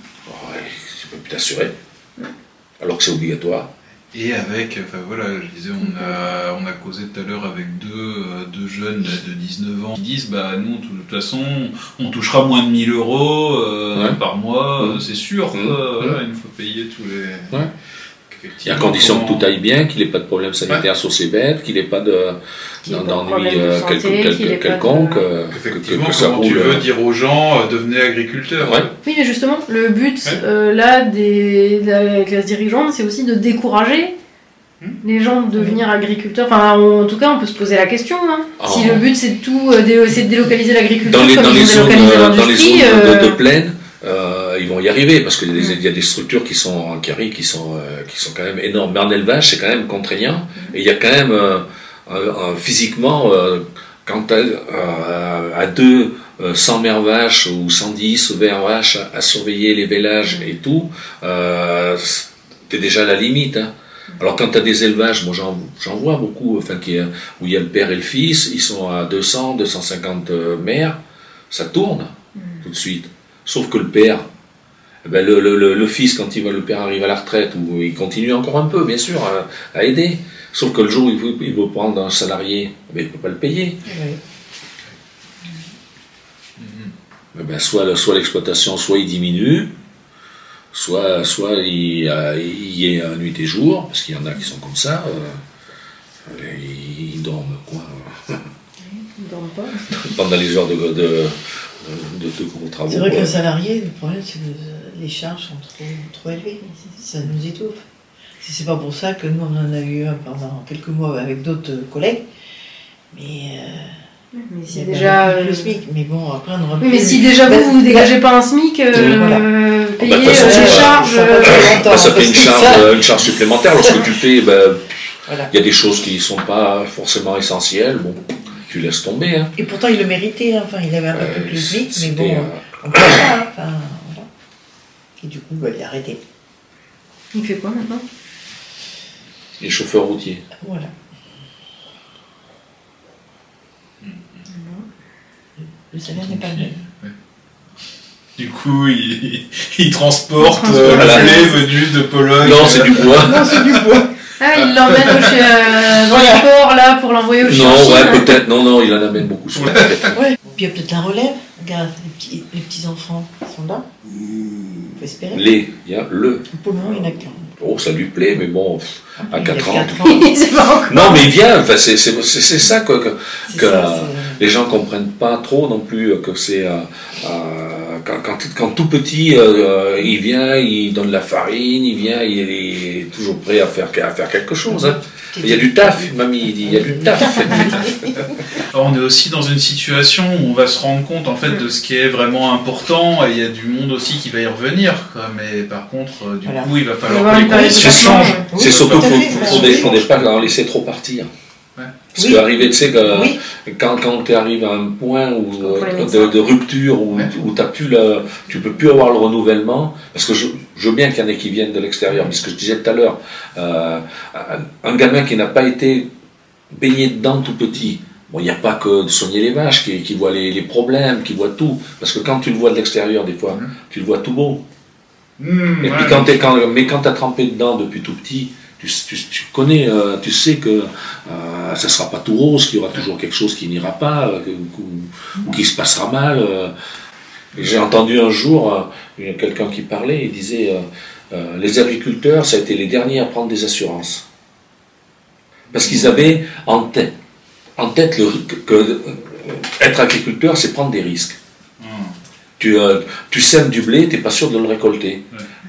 B: plus t'assurer, alors que c'est obligatoire.
D: Et avec, je disais, on a causé tout à l'heure avec deux jeunes de 19 ans qui disent, nous, de toute façon, on touchera moins de 1000 euros par mois, c'est sûr, il faut payer tous les...
B: Ouais. À condition que tout aille bien, qu'il n'ait pas de problème sanitaire sur ses bêtes, qu'il n'ait pas d'ennui quelconque.
D: Effectivement, comment tu veux dire aux gens, devenez agriculteurs.
A: Oui, mais justement, le but là de la classe dirigeante, c'est aussi de décourager les gens de devenir agriculteurs. Enfin, en tout cas, on peut se poser la question. Si le but c'est de délocaliser l'agriculture,
B: dans les zones de plaine. Ils vont y arriver parce qu'il y a des structures qui sont quand même énormes. Mais en élevage, c'est quand même contraignant. Et il y a quand même physiquement, quand tu à 100 mères vaches ou 110 mères vaches à surveiller les vélages et tout, t'es déjà à la limite. Alors quand tu as des élevages, moi j'en vois beaucoup, où il y a le père et le fils, ils sont à 200, 250 mères, ça tourne tout de suite. Sauf que le père, le fils, quand le père arrive à la retraite, ou il continue encore un peu, bien sûr, à aider. Sauf que le jour où il veut prendre un salarié, il ne peut pas le payer. Soit l'exploitation, soit il diminue, soit il y est nuit et jour, parce qu'il y en a qui sont comme ça, ils dorment quoi.
A: Ils dorment pas.
B: Pendant les heures de gros travaux.
C: C'est vrai qu'un salarié, le problème c'est que les charges sont trop élevées, ça nous étouffe. C'est pas pour ça que nous on en a eu un pendant quelques mois avec d'autres collègues, mais
A: si déjà
C: le SMIC, mais bon après on aura plus.
A: Mais si déjà vous dégagez pas un SMIC, payez les charges.
B: Ça fait une charge supplémentaire lorsque tu fais. Il y a des choses qui sont pas forcément essentielles. Bon. Tu laisses tomber.
C: Et pourtant, il le méritait. Il avait un peu plus vite, mais bon, on peut pas. Voilà. Et du coup, il a arrêté.
A: Il fait quoi maintenant ?
B: Il est chauffeur routier.
C: Voilà. Le salaire n'est pas le même.
D: Du coup, il transporte le blé venu de Pologne.
B: Non, c'est du bois.
C: Non, c'est du bois.
A: Ah, il l'emmène dans le port là pour l'envoyer au Chili.
B: Non, peut-être. Non, il en amène beaucoup sur la tête.
C: Puis il y a peut-être la relève. Regarde, les petits enfants sont là. Faut espérer.
B: Il y a le.
C: Pour le moment, il n'y en a qu'un.
B: Oh, ça lui plaît, mais bon, à 4 ans.
A: C'est pas encore.
B: Non, mais il vient. C'est ça que les gens ne comprennent pas trop non plus, que c'est. Quand tout petit, il vient, il donne la farine, il est toujours prêt à faire quelque chose. Il y a du taf, mamie dit, il y a du taf.
D: Alors, on est aussi dans une situation où on va se rendre compte en fait de ce qui est vraiment important, et il y a du monde aussi qui va y revenir, mais par contre, coup, il va falloir que les conditions changent.
B: C'est surtout qu'il ne faut pas leur laisser trop partir. Parce qu'arriver, tu sais, quand tu arrives à un point de rupture où tu peux plus avoir le renouvellement, parce que je veux bien qu'il y en ait qui viennent de l'extérieur, mais ce que je disais tout à l'heure, un gamin qui n'a pas été baigné dedans tout petit, bon, il n'y a pas que de soigner les vaches qui voit les problèmes, qui voit tout, parce que quand tu le vois de l'extérieur, des fois, tu le vois tout beau. Et puis quand tu as trempé dedans depuis tout petit, tu connais, tu sais que ça ne sera pas tout rose, qu'il y aura toujours quelque chose qui n'ira pas, ou qui se passera mal. J'ai entendu un jour quelqu'un qui parlait, il disait les agriculteurs, ça a été les derniers à prendre des assurances. Parce qu'ils avaient en tête que être agriculteur, c'est prendre des risques. Tu sèmes du blé, tu n'es pas sûr de le récolter.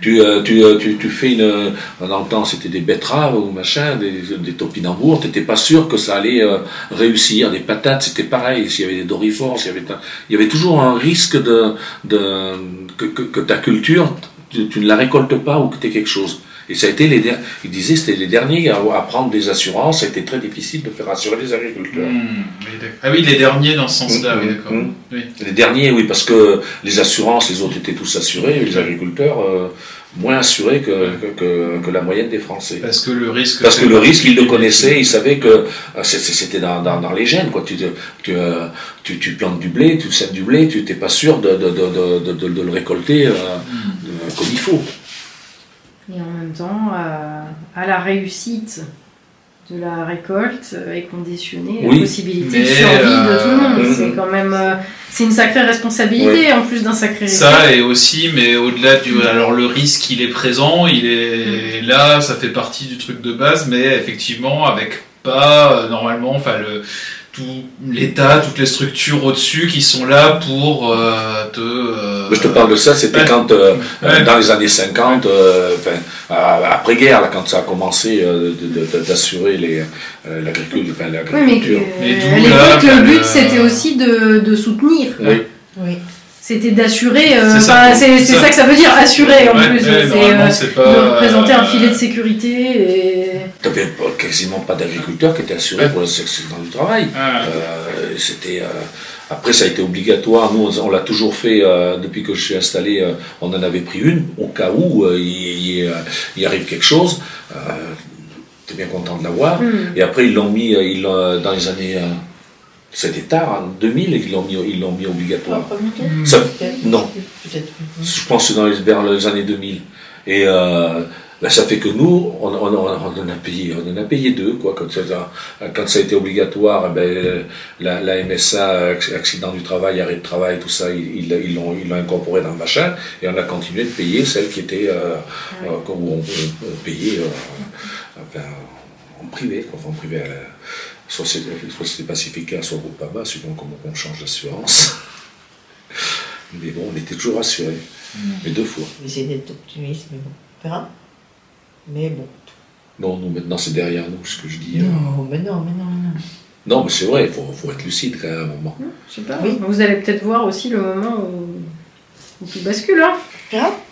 B: Tu fais dans le temps c'était des betteraves ou machin, des topinambours, t'étais pas sûr que ça allait réussir. Des patates, c'était pareil. S'il y avait des dorifores, il y avait toujours un risque que ta culture, tu ne la récoltes pas ou que tu aies quelque chose. Et ça a été il disait c'était les derniers à prendre des assurances. Ça a été très difficile de faire assurer les agriculteurs.
D: Ah oui, les derniers dans ce sens-là, oui, d'accord. Oui.
B: Les derniers, oui, parce que les assurances, les autres étaient tous assurés, et les agriculteurs moins assurés que la moyenne des Français.
D: Parce que le risque,
B: ils le connaissaient, ils savaient que c'était dans les gènes, quoi. Tu plantes du blé, tu sèmes du blé, tu n'es pas sûr de le récolter comme il faut.
A: Et en même temps, à la réussite de la récolte est conditionnée la possibilité de survie de tout le monde. C'est quand même c'est une sacrée responsabilité en plus d'un sacré risque.
D: Ça et aussi, mais au-delà alors le risque il est présent, il est là, ça fait partie du truc de base, mais effectivement avec pas normalement, enfin tout l'État, toutes les structures au-dessus qui sont là pour
B: Je te parle de ça, c'était quand, dans les années 50, après-guerre, quand ça a commencé d'assurer l'agriculture.
A: Mais à l'époque, le but, c'était aussi de soutenir.
C: Oui.
A: C'était d'assurer,
D: c'est ça
A: que ça veut dire, assurer en plus.
D: C'est pas,
A: de représenter un filet de sécurité.
B: Tu n'avais quasiment pas d'agriculteurs qui étaient assurés pour l'accident du travail. Après, ça a été obligatoire. Nous, on l'a toujours fait depuis que je suis installé. On en avait pris une au cas où il arrive quelque chose. Tu es bien content de l'avoir. Et après, ils l'ont mis dans les années. C'était tard, en 2000, ils l'ont mis obligatoire. Non. Je pense que c'est vers les années 2000. Et ça fait que nous, on en a payé deux, quoi. Quand ça a été obligatoire, la MSA, accident du travail, arrêt de travail, tout ça, ils l'ont incorporé dans le machin, et on a continué de payer celles qui étaient où on payait en privé, en privé. Soit c'était Pacifica, soit Groupama, suivant comment on change d'assurance. Mais bon, on était toujours assurés, mais 2 fois.
C: J'essaie d'être optimiste, mais bon, on verra. Mais bon.
B: Non, nous, maintenant, c'est derrière nous, ce que je dis.
C: Non, mais non.
B: Non, mais c'est vrai, il faut être lucide quand même à un moment.
A: Je sais pas, vous allez peut-être voir aussi le moment où tout bascule, hein.
C: On verra.